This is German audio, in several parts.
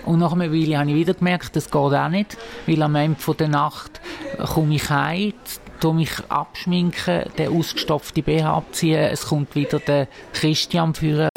Und nach einer Weile habe ich wieder gemerkt, das geht auch nicht, weil am Ende der Nacht komme ich heim, tue mich abschminken, den ausgestopften BH abziehen, es kommt wieder der Christian führen.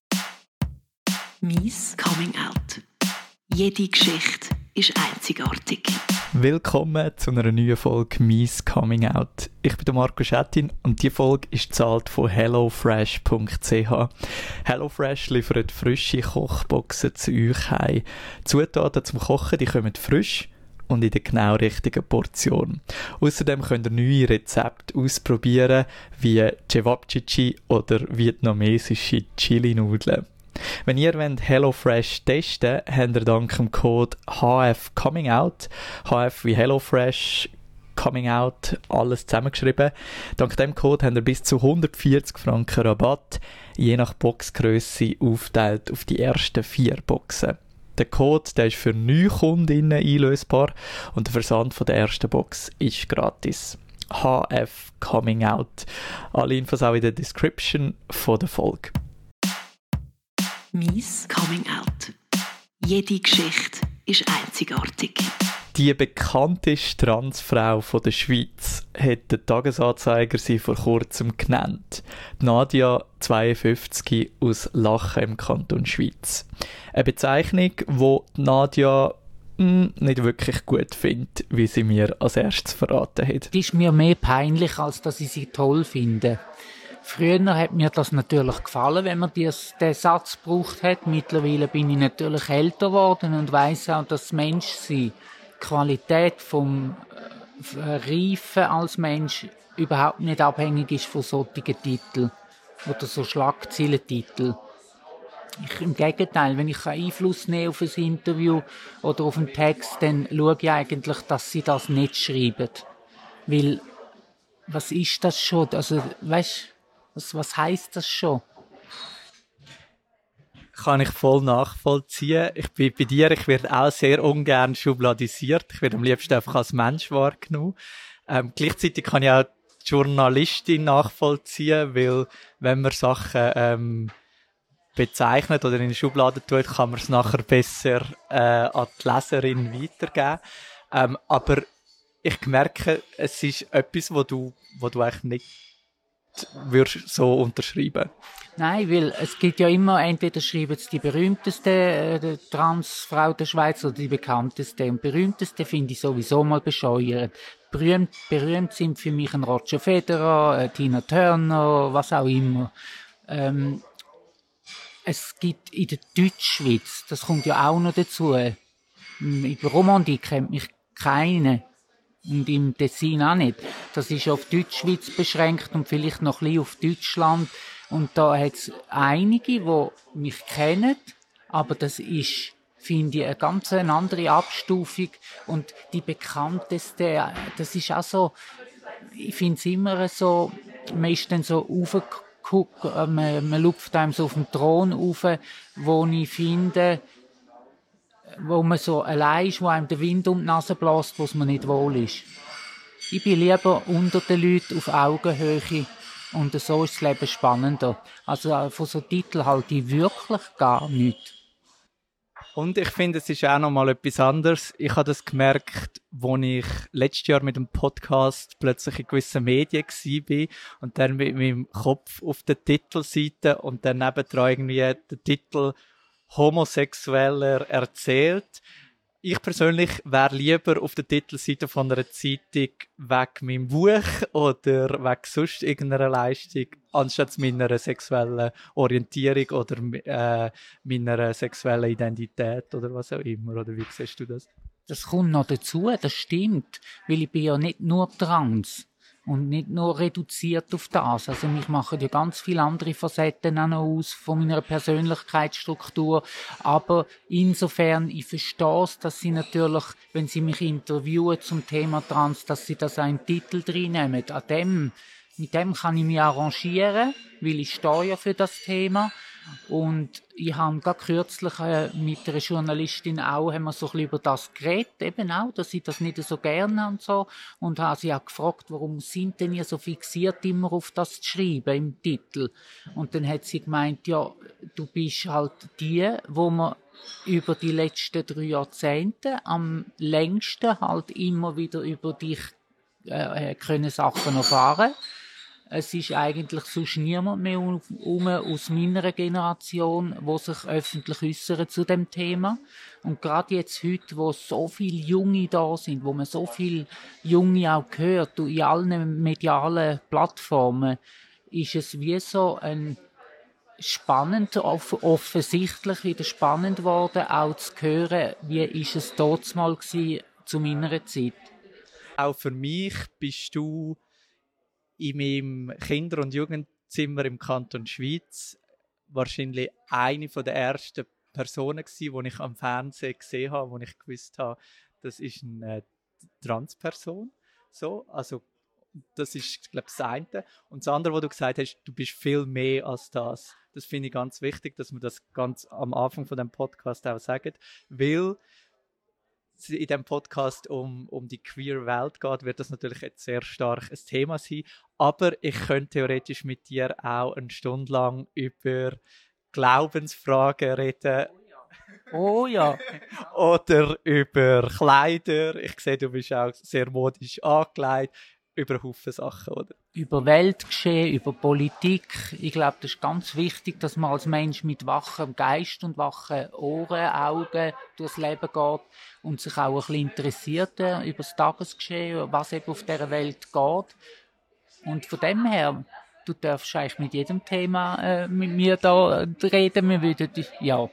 Mies Coming Out. Jede Geschichte ist einzigartig. Willkommen zu einer neuen Folge «Mies Coming Out». Ich bin der Marco Schettin und diese Folge ist gezahlt von hellofresh.ch. HelloFresh liefert frische Kochboxen zu euch heim. Zutaten zum Kochen, die kommen frisch und in der genau richtigen Portion. Außerdem könnt ihr neue Rezepte ausprobieren, wie Cevapcici oder vietnamesische Chili-Nudeln. Wenn ihr HelloFresh testen wollt, habt ihr dank dem Code HFComingOut, HF wie HelloFresh, Coming Out, alles zusammengeschrieben. Dank dem Code habt ihr bis zu 140 Franken Rabatt, je nach Boxgrösse aufgeteilt auf die ersten 4 Boxen. Der Code, der ist für Neukundinnen einlösbar und der Versand von der ersten Box ist gratis. HF Coming Out. Alle Infos auch in der Description von der Folge. Mies Coming Out. Jede Geschichte ist einzigartig. Die bekannteste Transfrau von der Schweiz hat der Tagesanzeiger sie vor kurzem genannt. Nadia, 52, aus Lachen im Kanton Schweiz. Eine Bezeichnung, die Nadia nicht wirklich gut findet, wie sie mir als erstes verraten hat. Das ist mir mehr peinlich, als dass ich sie toll finde. Früher hat mir das natürlich gefallen, wenn man den Satz gebraucht hat. Mittlerweile bin ich natürlich älter geworden und weiss auch, dass das Menschsein, die Qualität vom Reifen als Mensch überhaupt nicht abhängig ist von solchen Titeln oder so Schlagzeilentiteln. Im Gegenteil, wenn ich Einfluss nehmen auf ein Interview oder auf einen Text, dann schaue ich eigentlich, dass sie das nicht schreiben. Weil, was ist das schon? Also, weißt, was heisst das schon? Kann ich voll nachvollziehen. Ich bin bei dir, ich werde auch sehr ungern schubladisiert. Ich werde am liebsten einfach als Mensch wahrgenommen. Gleichzeitig kann ich auch die Journalistin nachvollziehen, weil wenn man Sachen bezeichnet oder in eine Schublade tut, kann man es nachher besser an die Leserin weitergeben. Aber ich merke, es ist etwas, wo du eigentlich nicht würdest so unterschreiben? Nein, weil es gibt ja immer, entweder schreiben sie die berühmteste Transfrau der Schweiz oder die bekannteste. Und berühmteste finde ich sowieso mal bescheuert. Berühmt sind für mich ein Roger Federer, Tina Turner, was auch immer. Es gibt in der Deutschschweiz, das kommt ja auch noch dazu, in der Romandie kennt mich keine. Und im Tessin auch nicht. Das ist auf Deutschschweiz beschränkt und vielleicht noch ein bisschen auf Deutschland. Und da hat es einige, die mich kennen, aber das ist, finde ich, eine ganz andere Abstufung. Und die bekannteste, das ist auch so, ich finde es immer so, man ist dann so raufgeguckt, man lupft einem so auf den Thron rauf, wo ich finde, wo man so allein ist, wo einem der Wind um die Nase bläst, wo es mir nicht wohl ist. Ich bin lieber unter den Leuten auf Augenhöhe und so ist das Leben spannender. Also von so Titeln halte ich wirklich gar nichts. Und ich finde, es ist auch noch mal etwas anderes. Ich habe das gemerkt, als ich letztes Jahr mit dem Podcast plötzlich in gewissen Medien war und dann mit meinem Kopf auf der Titelseite und dann nebendran irgendwie der Titel Homosexueller erzählt. Ich persönlich wäre lieber auf der Titelseite von einer Zeitung wegen meinem Buch oder wegen sonst irgendeiner Leistung, anstatt meiner sexuellen Orientierung oder meiner sexuellen Identität oder was auch immer. Oder wie siehst du das? Das kommt noch dazu, das stimmt. Weil ich bin ja nicht nur trans. Und nicht nur reduziert auf das. Also mich machen ja ganz viele andere Facetten auch noch aus von meiner Persönlichkeitsstruktur. Aber insofern, ich verstehe es, dass sie natürlich, wenn sie mich interviewen zum Thema Trans, dass sie das auch in den Titel reinnehmen. Mit dem kann ich mich arrangieren, weil ich stehe ja für das Thema. Und ich habe gerade kürzlich mit einer Journalistin auch, haben wir so ein bisschen über das geredet, eben auch, dass sie das nicht so gerne haben und so. Und habe sie auch gefragt, warum sind denn ihr so fixiert, immer auf das zu schreiben im Titel? Und dann hat sie gemeint, ja, du bist halt die, wo man über die letzten 3 Jahrzehnte am längsten halt immer wieder über dich können Sachen erfahren. Es ist eigentlich sonst niemand mehr aus meiner Generation, der sich öffentlich äußert zu dem Thema. Und gerade jetzt heute, wo so viele Junge da sind, wo man so viele Junge auch hört, in allen medialen Plattformen, ist es wie so ein spannend, offensichtlich wieder spannend geworden, auch zu hören, wie ist es dort mal gewesen, zu meiner Zeit. Auch für mich bist du in meinem Kinder- und Jugendzimmer im Kanton Schwyz wahrscheinlich eine der ersten Personen gewesen, die ich am Fernsehen gesehen habe, wo ich gewusst habe, das ist eine Transperson. So, also das ist, glaube ich, das eine. Und das andere, was du gesagt hast, du bist viel mehr als das. Das finde ich ganz wichtig, dass wir das ganz am Anfang von dem Podcast auch sagen, weil in dem Podcast um die queer Welt geht, wird das natürlich jetzt sehr stark ein Thema sein. Aber ich könnte theoretisch mit dir auch eine Stunde lang über Glaubensfragen reden. Oh ja. Oder über Kleider. Ich sehe, du bist auch sehr modisch angelegt. Über Haufen Sachen, oder? Über Weltgeschehen, über Politik. Ich glaube, das ist ganz wichtig, dass man als Mensch mit wachem Geist und wachen Ohren, Augen durchs Leben geht und sich auch ein bisschen interessiert über das Tagesgeschehen, was eben auf dieser Welt geht. Und von dem her, du darfst eigentlich mit jedem Thema mit mir da reden. Wir würden, ja.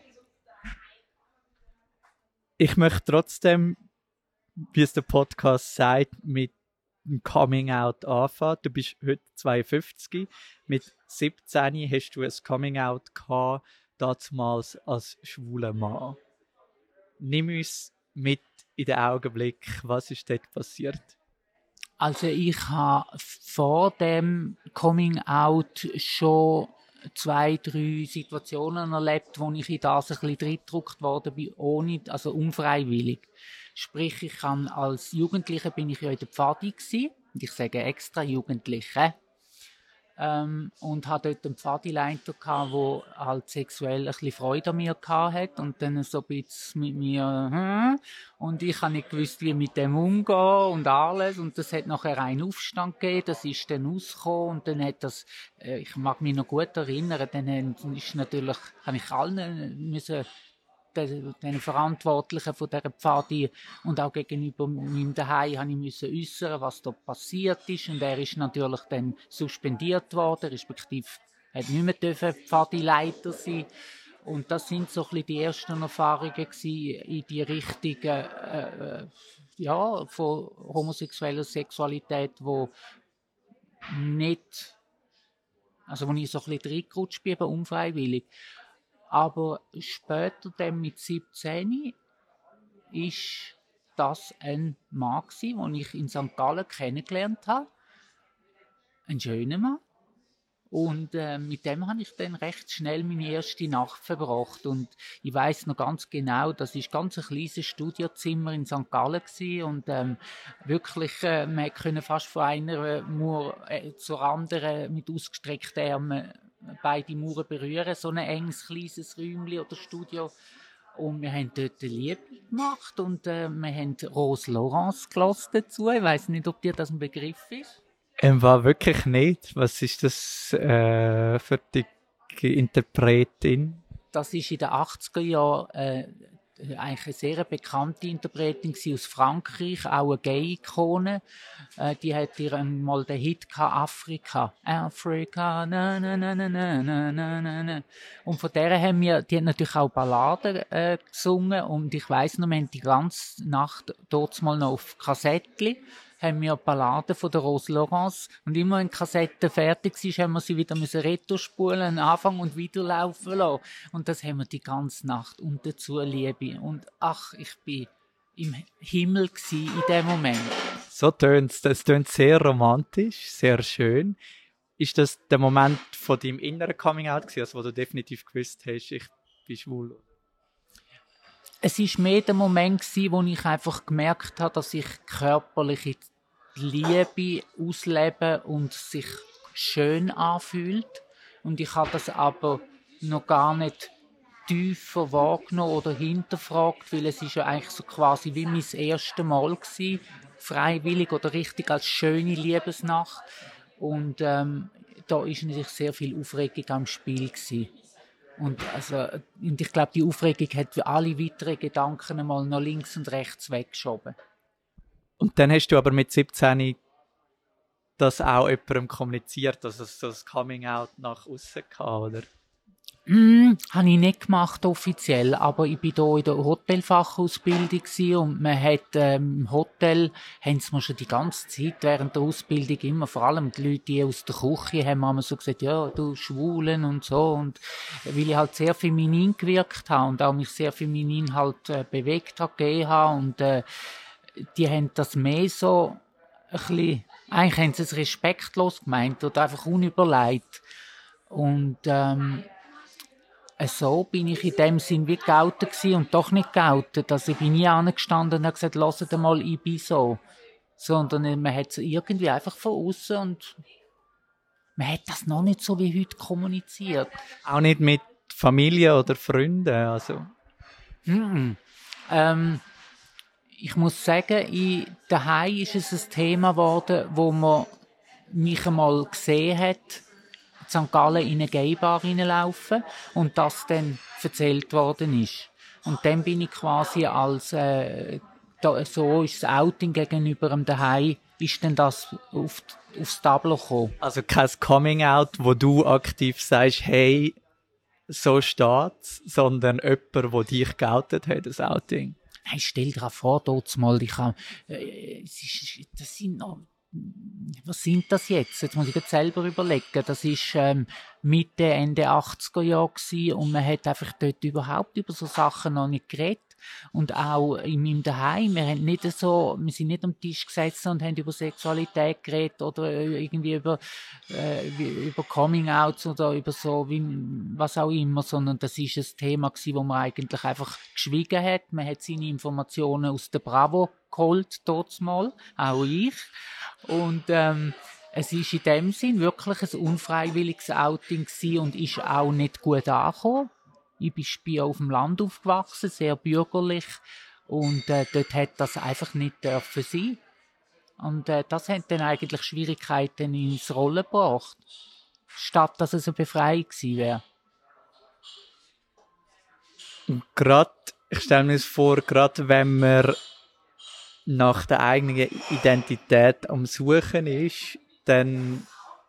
Ich möchte trotzdem, wie es der Podcast sagt, mit dem Coming-out anfangen. Du bist heute 52. Mit 17 hast du ein Coming-out gehabt, damals als schwuler Mann. Nimm uns mit in den Augenblick. Was ist dort passiert? Also ich habe vor dem Coming-out schon 2, 3 Situationen erlebt, wo ich in das ein bisschen reingedrückt worden bin, also unfreiwillig. Sprich, als Jugendlicher bin ich ja in der Pfadi gsi, und ich sage extra Jugendliche, und hatte dort einen Pfadileiter gehabt, der halt sexuell ein bisschen Freude an mir gehabt und dann so ein bisschen mit mir, und ich habe nicht gewusst, wie mit dem umgehen und alles, und das hat nachher einen Aufstand gegeben, das ist dann rausgekommen, und dann hat das, ich mag mich noch gut erinnern, dann ist natürlich, habe ich allen müssen, den Verantwortlichen von dieser Pfadi und auch gegenüber meinem Daheim habe ich müssen äußern, was da passiert ist, und er ist natürlich dann suspendiert worden, respektive hat nicht mehr Pfadileiter sein. Und das sind so ein bisschen die ersten Erfahrungen gewesen in die Richtung von homosexueller Sexualität, wo nicht, also wo ich so ein bisschen reingerutscht bin, unfreiwillig. Aber später dann mit 17 ist das ein Mann gewesen, den ich in St. Gallen kennengelernt habe. Ein schöner Mann. Und mit dem habe ich dann recht schnell meine erste Nacht verbracht. Und ich weiss noch ganz genau, das war ganz ein kleines Studiozimmer in St. Gallen gewesen. Und wirklich, man konnte fast von einer Mauer zur anderen mit ausgestreckten Armen beide Mauern berühren, so ein enges, kleines Räumchen oder Studio. Und wir haben dort Liebe gemacht und wir haben Rose Laurence gehört dazu. Ich weiss nicht, ob dir das ein Begriff ist. War wirklich nicht. Was ist das für die Interpretin? Das ist in den 80er Jahren eigentlich eine sehr bekannte Interpretin aus Frankreich, auch eine Gay-Ikone. Die hat ihr mal den Hit gehabt, Afrika, na na na na na na na na. Und von der haben die hat natürlich auch Balladen gesungen, und ich weiss noch, wir haben die ganze Nacht dort mal noch auf Kassettchen, haben wir Balladen von der Rose Laurence, und immer wenn die Kassette fertig war, haben wir sie wieder retour-spulen, anfangen und weiterlaufen lassen. Und das haben wir die ganze Nacht, und dazu Liebe. Und ach, ich bin im Himmel in dem Moment. So tönt's. Das tönt sehr romantisch, sehr schön. ist das der Moment von deinem inneren Coming-out gewesen, also wo du definitiv gewusst hast, ich bin schwul? Es war mehr der Moment gewesen, wo ich einfach gemerkt habe, dass ich körperliche Liebe auslebe und sich schön anfühlt. Und ich habe das aber noch gar nicht tiefer wahrgenommen oder hinterfragt, weil es ist ja eigentlich so quasi wie mein erstes Mal gewesen, freiwillig oder richtig als schöne Liebesnacht. Und da ist natürlich sehr viel Aufregung am Spiel gewesen. Und ich glaube, die Aufregung hat für alle weiteren Gedanken einmal nach links und rechts weggeschoben. Und dann hast du aber mit 17 das auch jemandem kommuniziert, dass es so das Coming-out nach außen kam, oder? Habe ich nicht gemacht offiziell, aber ich war hier in der Hotelfachausbildung und man hat im Hotel, haben sie mir schon die ganze Zeit während der Ausbildung immer, vor allem die Leute die aus der Küche, haben mir so gesagt, ja, du Schwulen und so, und weil ich halt sehr feminin gewirkt habe und auch mich sehr feminin halt bewegt habe, gegeben habe, und die haben das mehr so ein bisschen, eigentlich haben sie es respektlos gemeint oder einfach unüberlegt. Und so bin ich in dem Sinn wie geoutet gewesen und doch nicht geoutet. Also ich bin nie angestanden und habe gesagt, lasst mal, ich bin so. Sondern man hat es irgendwie einfach von außen und man hat das noch nicht so wie heute kommuniziert. Auch nicht mit Familie oder Freunden, also? Ich muss sagen, daheim ist es ein Thema geworden, wo man mich einmal gesehen hat, in St. Gallen in eine Gaybar reinlaufen und das dann erzählt worden ist. Und dann bin ich quasi als, so ist das Outing gegenüber dem Daheim, ist dann das aufs Tableau gekommen. Also kein Coming-out, wo du aktiv sagst, hey, so steht's, sondern jemand, der dich geoutet hat, das Outing. Hey, stell dir vor, dort mal, das sind noch, was sind das jetzt? Jetzt muss ich jetzt selber überlegen. Das war Mitte, Ende 80er Jahre gewesen und man hat einfach dort überhaupt über so Sachen noch nicht geredet. Und auch in meinem Daheim, wir sind nicht am Tisch gesessen und haben über Sexualität geredet oder irgendwie über Coming-outs oder über so, was auch immer, sondern das ist ein Thema gewesen, wo man eigentlich einfach geschwiegen hat. Man hat seine Informationen aus der Bravo geholt, dort mal, auch ich. Und es ist in dem Sinn wirklich ein unfreiwilliges Outing gewesen und ist auch nicht gut angekommen. Ich bin auf dem Land aufgewachsen, sehr bürgerlich, und dort hat das einfach nicht dürfen sein. Und das hat dann eigentlich Schwierigkeiten ins Rollen gebracht, statt dass es eine Befreiung gewesen wäre. Und ich stelle mir das vor, gerade wenn man nach der eigenen Identität am Suchen ist, dann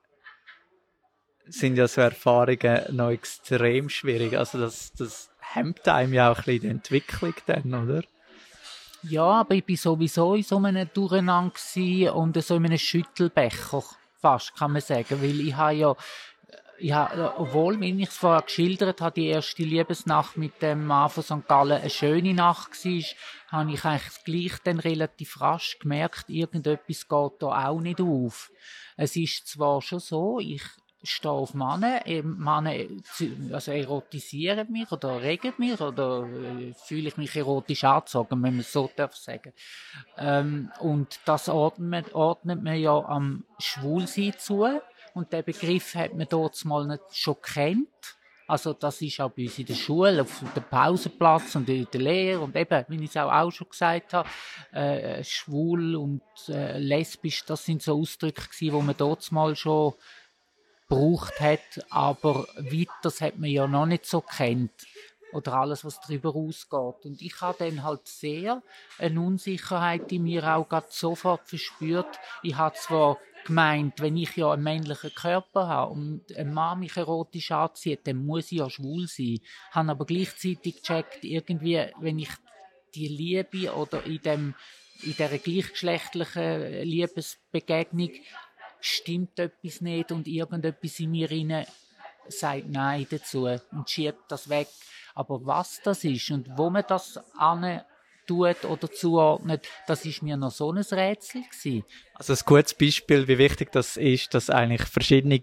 sind ja so Erfahrungen noch extrem schwierig. Also das hemmt einem ja auch ein bisschen die Entwicklung dann, oder? Ja, aber ich war sowieso in so einem Durcheinander und so in einem Schüttelbecher, fast, kann man sagen. Weil ich habe obwohl, wie ich es vorher geschildert habe, die erste Liebesnacht mit dem Mann von St. Gallen eine schöne Nacht war, habe ich eigentlich gleich dann relativ rasch gemerkt, irgendetwas geht da auch nicht auf. Es ist zwar schon so, ich stehe auf Männer, also erotisieren mich oder regen mich oder fühle ich mich erotisch angezogen, wenn man es so sagen darf. Und das ordnet man ja am Schwulsein zu. Und den Begriff hat man dort mal nicht schon gekannt. Also das ist auch bei uns in der Schule, auf dem Pausenplatz und in der Lehre und eben, wie ich es auch schon gesagt habe, schwul und lesbisch, das sind so Ausdrücke gewesen, die man dort mal schon gebraucht hat, aber weiter hat man ja noch nicht so gekannt. Oder alles, was darüber ausgeht. Und ich habe dann halt sehr eine Unsicherheit in mir auch gerade sofort verspürt. Ich habe zwar gemeint, wenn ich ja einen männlichen Körper habe und ein Mann mich erotisch anzieht, dann muss ich ja schwul sein. Ich habe aber gleichzeitig gecheckt, irgendwie, wenn ich die Liebe oder in dieser gleichgeschlechtlichen Liebesbegegnung stimmt etwas nicht und irgendetwas in mir rein sagt Nein dazu und schiebt das weg. Aber was das ist und wo man das tut oder zuordnet, das ist mir noch so ein Rätsel gewesen. Also ein gutes Beispiel, wie wichtig das ist, dass eigentlich verschiedene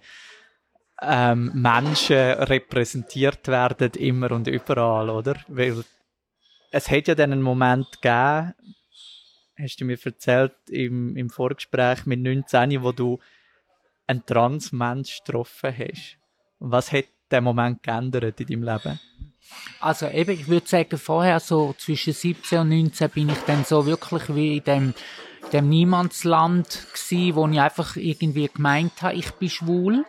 Menschen repräsentiert werden, immer und überall, oder? Weil es hat ja dann einen Moment gegeben, hast du mir erzählt im Vorgespräch mit 19, wo du einen Trans-Mensch getroffen hast. Was hat der Moment geändert in deinem Leben? Also eben, ich würde sagen, vorher so zwischen 17 und 19 bin ich dann so wirklich wie in dem Niemandsland gsi, wo ich einfach irgendwie gemeint habe, ich bin schwul,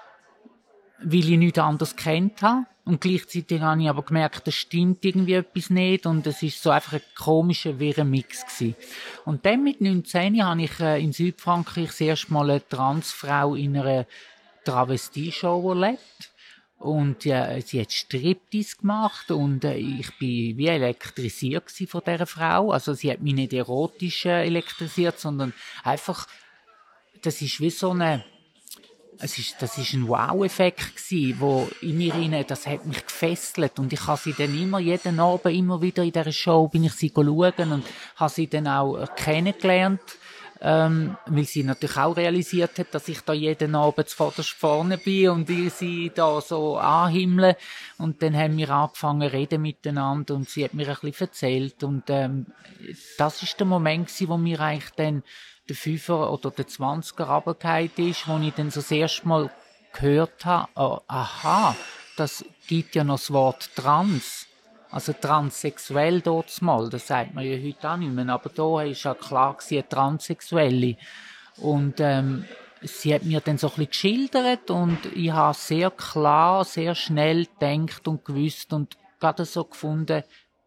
weil ich nichts anderes kennt habe. Und gleichzeitig habe ich aber gemerkt, das stimmt irgendwie etwas nicht und es ist so einfach ein komischer, wirrer Mix gewesen. Und dann mit 19 habe ich in Südfrankreich das erste Mal eine Transfrau in einer Travestie-Show erlebt. Und sie hat Striptease gemacht und ich bin wie elektrisiert von dieser Frau. Also sie hat mich nicht erotisch elektrisiert, sondern einfach, das ist wie so eine, das ist ein Wow-Effekt gewesen, wo in mir rein, das hat mich gefesselt und ich habe sie dann jeden Abend immer wieder in dieser Show bin ich sie schauen und habe sie dann auch kennengelernt. Weil sie natürlich auch realisiert hat, dass ich da jeden Abend zuvorderst vorne bin und ich sie da so anhimmle. Und dann haben wir angefangen zu reden miteinander und sie hat mir ein bisschen erzählt. Und das ist der Moment gewesen, wo mir eigentlich dann der 5er oder der 20er runtergefallen ist, wo ich dann so das erste Mal gehört habe, oh, aha, das gibt ja noch das Wort Trans. Also transsexuell dort mal, das sagt man ja heute auch nicht mehr, aber da ist ja klar gewesen, Transsexuelle. Und sie hat mir dann so ein bisschen geschildert und ich habe sehr klar, sehr schnell gedacht und gewusst und gerade so gefunden,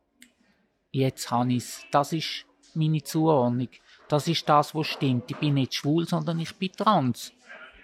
jetzt habe ich es. Das ist meine Zuordnung. Das ist das, was stimmt. Ich bin nicht schwul, sondern ich bin trans.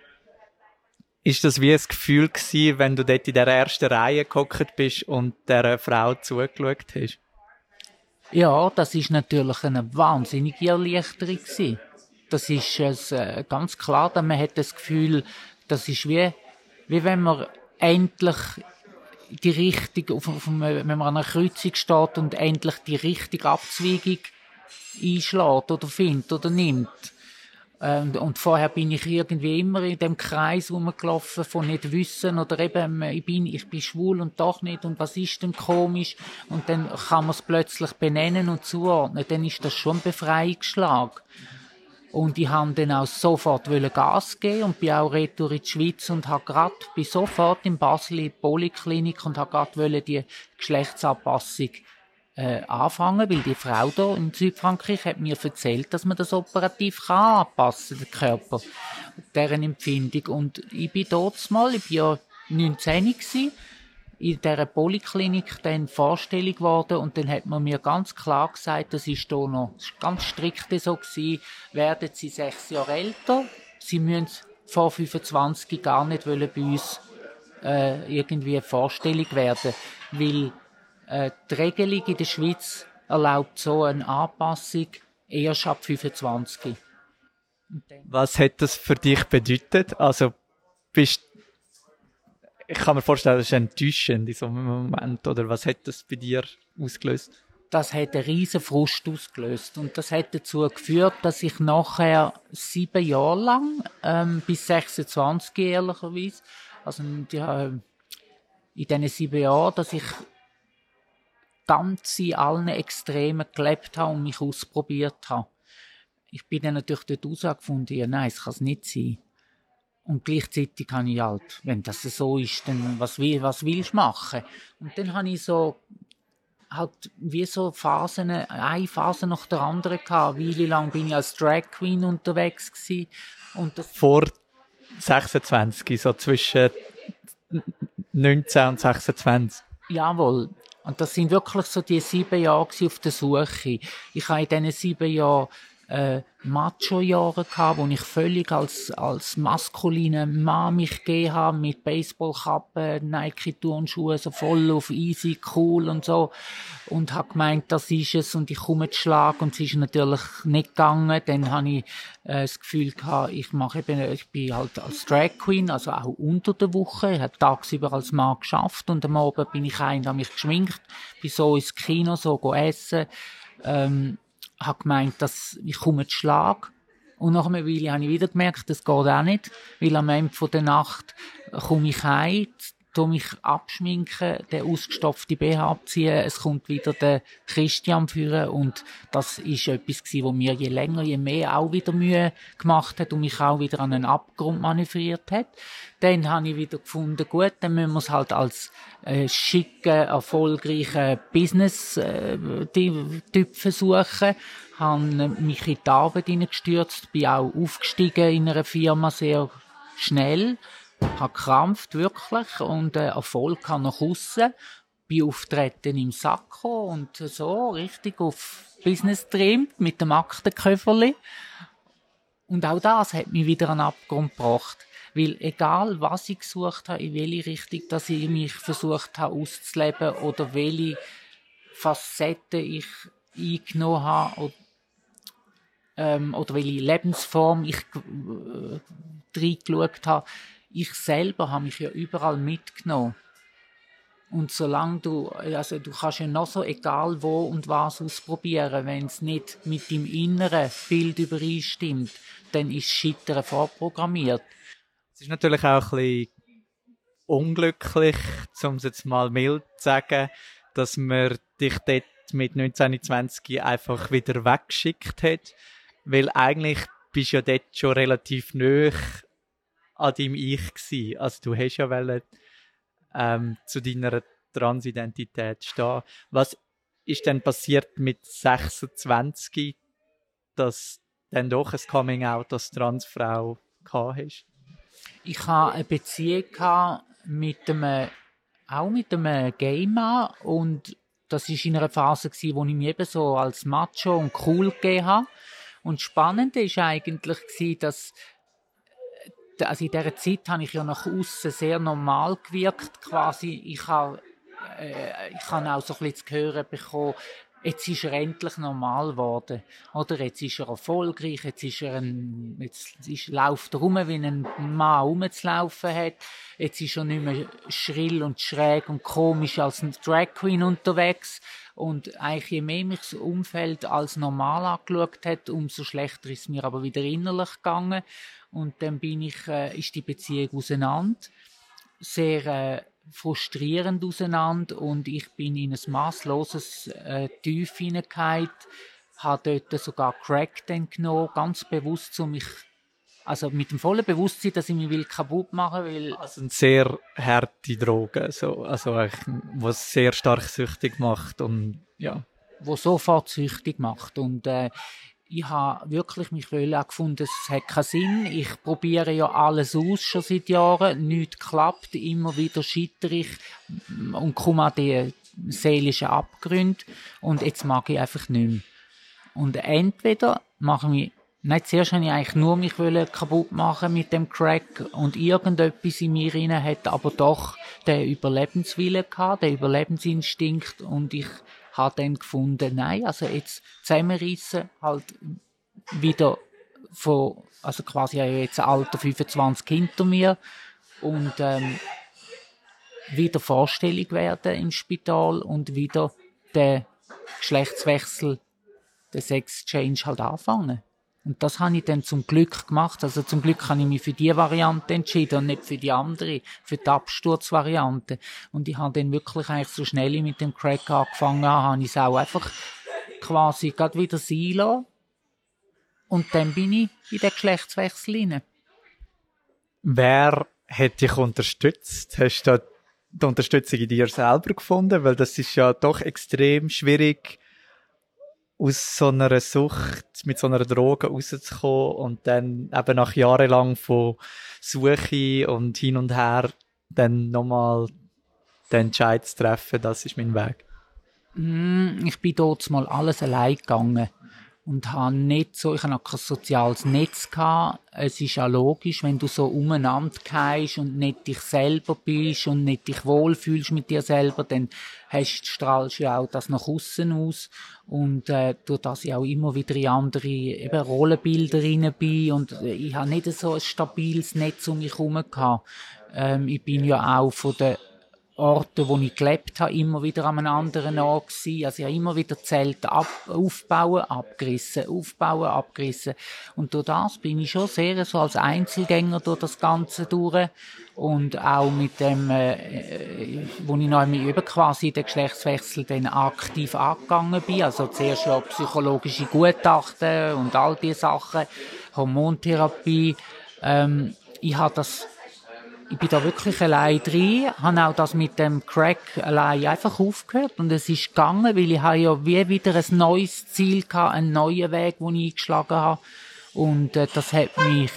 Ist das wie ein Gefühl gewesen, wenn du dort in der ersten Reihe gehockt bist und dieser Frau zugeschaut hast? Ja, das ist natürlich eine wahnsinnige Erleichterung gewesen. Das ist ganz klar, dass man hat das Gefühl, das ist wie wenn man endlich die richtige, wenn man an einer Kreuzung steht und endlich die richtige Abzweigung einschlägt oder findet oder nimmt. Und vorher bin ich irgendwie immer in dem Kreis rumgelaufen von nicht wissen oder eben, ich bin schwul und doch nicht und was ist denn komisch? Und dann kann man es plötzlich benennen und zuordnen. Dann ist das schon ein Befreiungsschlag. Und ich habe dann auch sofort Gas geben und bin auch retour in die Schweiz und bin sofort in Basel in die Polyklinik und habe gerade die Geschlechtsanpassung anfangen, weil die Frau da in Südfrankreich hat mir erzählt, dass man das operativ anpassen kann, den Körper, deren Empfindung. Und ich bin dort mal, ich bin ja 19 gewesen, in dieser Polyklinik dann Vorstellung geworden und dann hat man mir ganz klar gesagt, das ist da noch ganz strikt so gewesen, werden Sie 6 Jahre älter, Sie müssen vor 25 gar nicht bei uns irgendwie eine Vorstellung werden, weil die Regelung in der Schweiz erlaubt so eine Anpassung erst ab 25. Was hat das für dich bedeutet? Also, ich kann mir vorstellen, das ist enttäuschend in so einem Moment. Oder was hat das bei dir ausgelöst? Das hat einen riesen Frust ausgelöst. Und das hat dazu geführt, dass ich nachher 7 Jahre lang, bis 26 ehrlicherweise, also in diesen 7 Jahren, dass ich ganz in allen Extremen gelebt habe und mich ausprobiert habe. Ich bin dann natürlich dort rausgefunden, ja, nein, es kann es nicht sein. Und gleichzeitig habe ich halt, wenn das so ist, dann was willst du machen? Und dann habe ich so, halt, wie so Phasen, eine Phase nach der anderen gehabt. Eine Weile lang bin ich als Drag Queen unterwegs gewesen. Und das vor 26, so zwischen 19 und 26? Jawohl. Und das sind wirklich so die 7 Jahre auf der Suche. Ich habe in diesen 7 Jahren Macho-Jahre gehabt, wo ich völlig als maskuline Mann mich gegeben habe, mit Baseballkappe, Nike-Turnschuhe, so voll auf easy, cool und so. Und habe gemeint, das ist es und ich komme zu Schlag und es ist natürlich nicht gegangen. Dann habe ich das Gefühl gehabt, ich bin halt als Drag Queen, also auch unter der Woche. Ich habe tagsüber als Mann geschafft und am Abend bin ich habe mich geschminkt, bin so ins Kino, so essen, habe gemeint, dass ich komme zu Schlag. Und nach einer Weile habe ich wieder gemerkt, das geht auch nicht, weil am Ende der Nacht komme ich heim, mich abschminken, den ausgestopften BH abziehen, es kommt wieder der Christian führen und das ist etwas gewesen, wo mir je länger, je mehr auch wieder Mühe gemacht hat und mich auch wieder an einen Abgrund manövriert hat. Dann habe ich wieder gefunden, gut, dann müssen wir es halt als schicken, erfolgreichen Business-Typ versuchen. Habe mich in die Arbeit hineingestürzt, bin auch aufgestiegen in einer Firma sehr schnell, habe gekrampft, wirklich, und Erfolg kam nach aussen. Bin auftreten im Sakko und so, richtig auf Business trimmt, mit dem Aktenköfferli. Und auch das hat mich wieder an den Abgrund gebracht. Weil egal, was ich gesucht habe, in welche Richtung, dass ich mich versucht habe auszuleben oder welche Facetten ich eingenommen habe oder welche Lebensform ich reingeschaut habe, ich selber habe mich ja überall mitgenommen. Und solange du kannst ja noch so egal wo und was ausprobieren, wenn es nicht mit deinem inneren Bild übereinstimmt, dann ist Scheitern vorprogrammiert. Es ist natürlich auch ein bisschen unglücklich, um es jetzt mal mild zu sagen, dass man dich dort mit 19, 20 einfach wieder weggeschickt hat, weil eigentlich bist du ja dort schon relativ nahe an deinem Ich gewesen. Also du hast ja wollen, zu deiner Transidentität stehen. Was ist denn passiert mit 26, dass dann doch ein Coming-out als Transfrau gehabt hast? Ich hatte eine Beziehung mit einem Gay-Mann und das war in einer Phase, wo ich mich eben so als Macho und cool gegeben habe. Und das Spannende war eigentlich, dass also in dieser Zeit habe ich ja nach außen sehr normal gewirkt, quasi. Ich habe auch so ein bisschen zu hören bekommen, jetzt ist er endlich normal geworden. Oder jetzt ist er erfolgreich, läuft er rum, wie ein Mann rumzulaufen hat. Jetzt ist er nicht mehr schrill und schräg und komisch als ein Drag Queen unterwegs. Und eigentlich je mehr mich das Umfeld als normal angeschaut hat, umso schlechter ist es mir aber wieder innerlich gegangen. Und dann ist die Beziehung auseinander. Sehr frustrierend auseinander und ich bin in ein massloses Tief hineingefallen, habe dort sogar Crack dann genommen, ganz bewusst, also mit dem vollen Bewusstsein, dass ich mich kaputt machen will. Also eine sehr harte Droge, was sehr stark süchtig macht und ja. Wo sofort süchtig macht und ich habe wirklich mich gefunden, es hat keinen Sinn. Ich probiere ja alles aus, schon seit Jahren. Nichts klappt. Immer wieder scheitere ich und komme an die seelischen Abgründe. Und jetzt mag ich einfach nicht mehr. Und entweder zuerst habe ich eigentlich nur mich kaputt machen mit dem Crack und irgendetwas in mir rein hat aber doch den Überlebenswillen gehabt, den Überlebensinstinkt und ich habe dann gefunden, nein, also jetzt zusammenreissen, halt wieder also quasi jetzt Alter 25 hinter mir und wieder vorstellig werden im Spital und wieder den Geschlechtswechsel, den Sex-Change halt anfangen. Und das habe ich dann zum Glück gemacht. Also zum Glück habe ich mich für die Variante entschieden und nicht für die andere, für die Absturzvariante. Und ich habe dann wirklich eigentlich so schnell ich mit dem Crack angefangen habe ich es auch einfach quasi gerade wieder sein lassen. Und dann bin ich in den Geschlechtswechsel rein. Wer hat dich unterstützt? Hast du die Unterstützung in dir selber gefunden? Weil das ist ja doch extrem schwierig, aus so einer Sucht, mit so einer Droge rauszukommen und dann eben nach jahrelang von Suche und hin und her dann nochmal den Entscheid zu treffen, das ist mein Weg. Ich bin dort mal alles allein gegangen. und habe nicht so, ich habe auch kein soziales Netz gehabt. Es ist auch logisch, wenn du so umeinander gehst und nicht dich selber bist und nicht dich wohlfühlst mit dir selber, dann strahlst du ja auch das nach außen aus. Und durch das ich auch immer wieder in andere eben Rollenbilder rein bin und ich habe nicht so ein stabiles Netz um mich herum gehabt. Ich bin ja auch von den Orten, wo ich gelebt habe, immer wieder an einem anderen Ort gewesen. Also ich habe immer wieder Zelte aufbauen, abgerissen, aufbauen, abgerissen. Und durch das bin ich schon sehr so als Einzelgänger durch das Ganze durch. Und auch mit dem, wo ich noch einmal über quasi den Geschlechtswechsel dann aktiv angegangen bin. Also zuerst ja psychologische Gutachten und all diese Sachen, Hormontherapie. Ich bin da wirklich allein drin, habe auch das mit dem Crack allein einfach aufgehört und es ist gegangen, weil ich habe ja wie wieder ein neues Ziel gehabt, einen neuen Weg, den ich eingeschlagen habe und das hat mich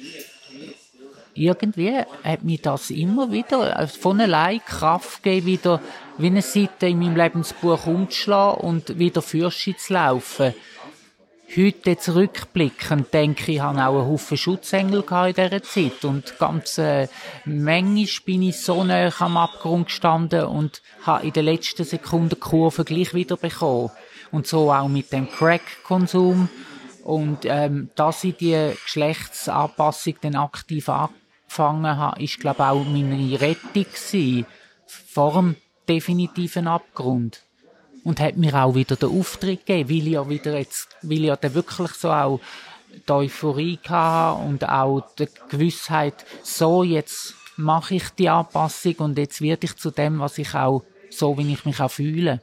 das immer wieder von allein Kraft gegeben, wieder wie eine Seite in meinem Lebensbuch umzuschlagen und wieder Fürste zu laufen. Heute zurückblickend denke ich, habe auch einen Haufen Schutzengel in dieser Zeit und ganz manchmal bin ich so nah am Abgrund gestanden und habe in der letzten Sekunde die Kurve gleich wieder bekommen. Und so auch mit dem Crack-Konsum und dass ich die Geschlechtsanpassung dann aktiv angefangen habe, ist glaube ich auch meine Rettung gewesen, vor dem definitiven Abgrund. Und hat mir auch wieder den Auftritt gegeben, weil ich ja dann wirklich so auch die Euphorie hatte und auch die Gewissheit, so, jetzt mache ich die Anpassung und jetzt werde ich zu dem, was ich auch, so wie ich mich auch fühle.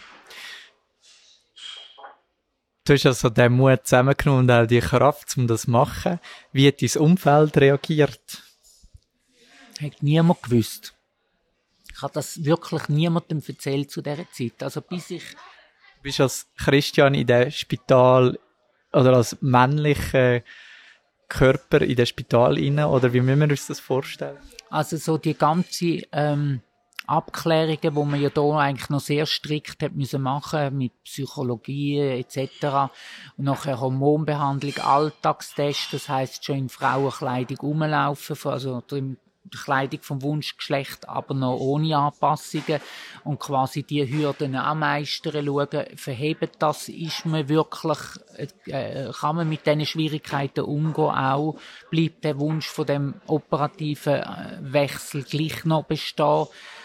Du hast also den Mut zusammengenommen und auch die Kraft, um das zu machen. Wie hat dein Umfeld reagiert? Hat niemand gewusst. Ich habe das wirklich niemandem erzählt zu dieser Zeit. Also bis ich... Du bist als Christian in dem Spital oder als männlicher Körper in dem Spital rein, oder wie müssen wir uns das vorstellen? Also so die ganze Abklärungen, die man ja da eigentlich noch sehr strikt hat müssen machen mit Psychologie etc. Und nachher Hormonbehandlung, Alltagstest, das heisst schon in Frauenkleidung rumlaufen, also die Kleidung vom Wunschgeschlecht, aber noch ohne Anpassungen und quasi die Hürden am meistern schauen, verheben das, ist man wirklich, kann man mit diesen Schwierigkeiten umgehen auch, bleibt der Wunsch von dem operativen Wechsel gleich noch bestehen.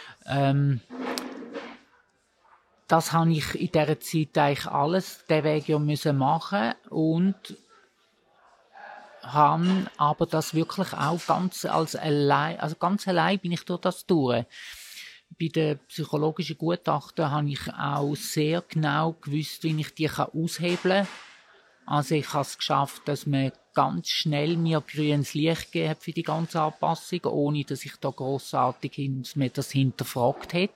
Das habe ich in dieser Zeit eigentlich alles, den Weg ja müssen machen und habe aber das wirklich auch ganz allein bin ich durch das durch. Bei den psychologischen Gutachten habe ich auch sehr genau gewusst, wie ich die aushebeln kann. Also ich habe es geschafft, dass man ganz schnell mir grünes Licht gegeben hat für die ganze Anpassung, ohne dass ich da grossartig mir das hinterfragt hätte.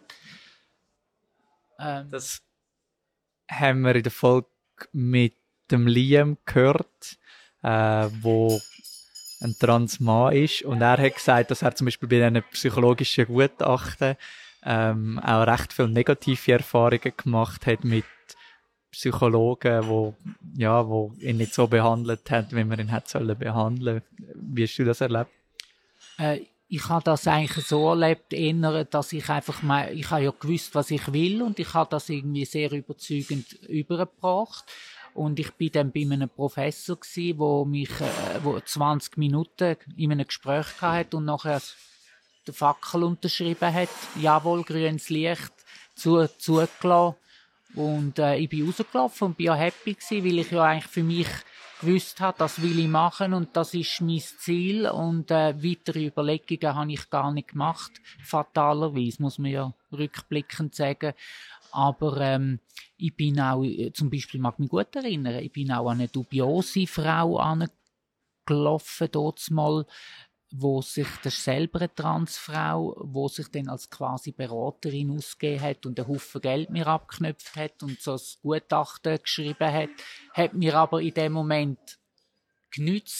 Das haben wir in der Folge mit dem Liam gehört, wo ein Transmann ist, und er hat gesagt, dass er zum Beispiel bei diesen psychologischen Gutachten auch recht viele negative Erfahrungen gemacht hat mit Psychologen, wo ihn nicht so behandelt haben, wie man ihn hätte behandeln sollen. Wie hast du das erlebt? Ich habe das eigentlich so erlebt, eher, dass ich einfach ich habe ja gewusst, was ich will, und ich habe das irgendwie sehr überzeugend übergebracht. Und ich bin dann bei einem Professor gsi, wo 20 Minuten in einem Gespräch hatte und nachher den Fackel unterschrieben hat. Jawohl, grünes Licht, zugelassen. Und ich bin rausgelaufen und bin ja happy gsi, weil ich ja eigentlich für mich gewusst habe, das will ich machen und das ist mein Ziel. Und weitere Überlegungen habe ich gar nicht gemacht. Fatalerweise, muss man ja rückblickend sagen. Aber ich bin auch, zum Beispiel, mag mich gut erinnern, ich bin auch an eine dubiose Frau angelaufen, dort mal, das ist selber eine Transfrau, wo sich dann als quasi Beraterin ausgegeben hat und einen Haufen Geld mir abgeknöpft hat und so ein Gutachten geschrieben hat mir aber in dem Moment genützt,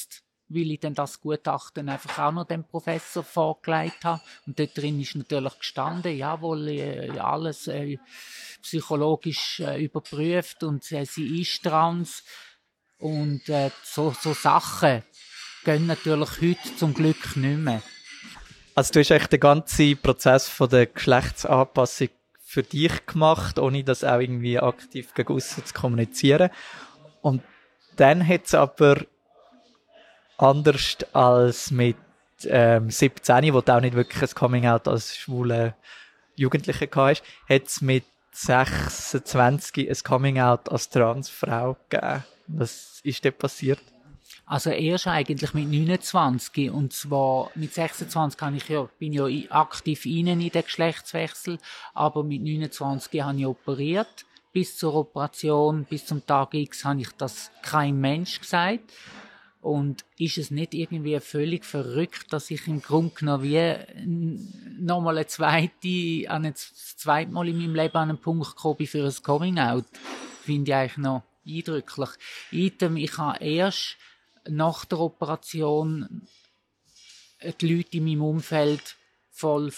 weil ich dann das Gutachten einfach auch noch dem Professor vorgelegt habe. Und dort drin ist natürlich gestanden, jawohl, alles psychologisch überprüft und sie ist trans. Und so Sachen gehen natürlich heute zum Glück nicht mehr. Also du hast eigentlich den ganzen Prozess von der Geschlechtsanpassung für dich gemacht, ohne das auch irgendwie aktiv gegen aussen zu kommunizieren. Und dann hat es aber anders als mit 17, wo du auch nicht wirklich ein Coming-out als schwule Jugendliche gehabt hast, hat es mit 26 ein Coming-out als Transfrau gegeben. Was ist denn passiert? Also erst eigentlich mit 29 und zwar mit 26 bin ich aktiv in den Geschlechtswechsel, aber mit 29 habe ich operiert. Bis zur Operation, bis zum Tag X habe ich das kein Mensch gesagt. Und ist es nicht irgendwie völlig verrückt, dass ich im Grunde genommen wie nochmal das zweite Mal in meinem Leben an einen Punkt gekommen bin für ein Coming-out? Finde ich eigentlich noch eindrücklich. Ich habe erst nach der Operation die Leute in meinem Umfeld vor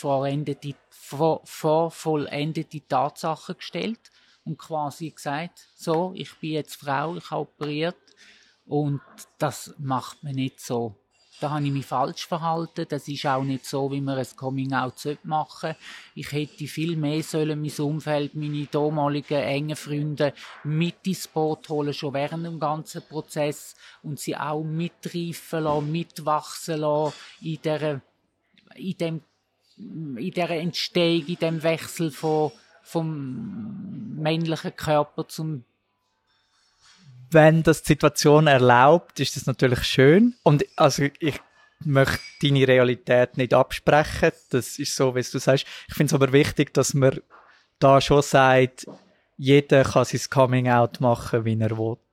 vollendete Tatsachen gestellt und quasi gesagt, so, ich bin jetzt Frau, ich habe operiert. Und das macht man nicht so. Da habe ich mich falsch verhalten. Das ist auch nicht so, wie man ein Coming-out machen sollte. Ich hätte viel mehr sollen mein Umfeld, meine damaligen engen Freunde mit ins Boot holen, schon während dem ganzen Prozess. Und sie auch mitreifen lassen, mitwachsen lassen in dieser Entstehung, in dem Wechsel vom männlichen Körper zum. Wenn das die Situation erlaubt, ist das natürlich schön. Und also ich möchte deine Realität nicht absprechen. Das ist so, wie du sagst. Ich finde es aber wichtig, dass man da schon sagt, jeder kann sein Coming-out machen, wie er will.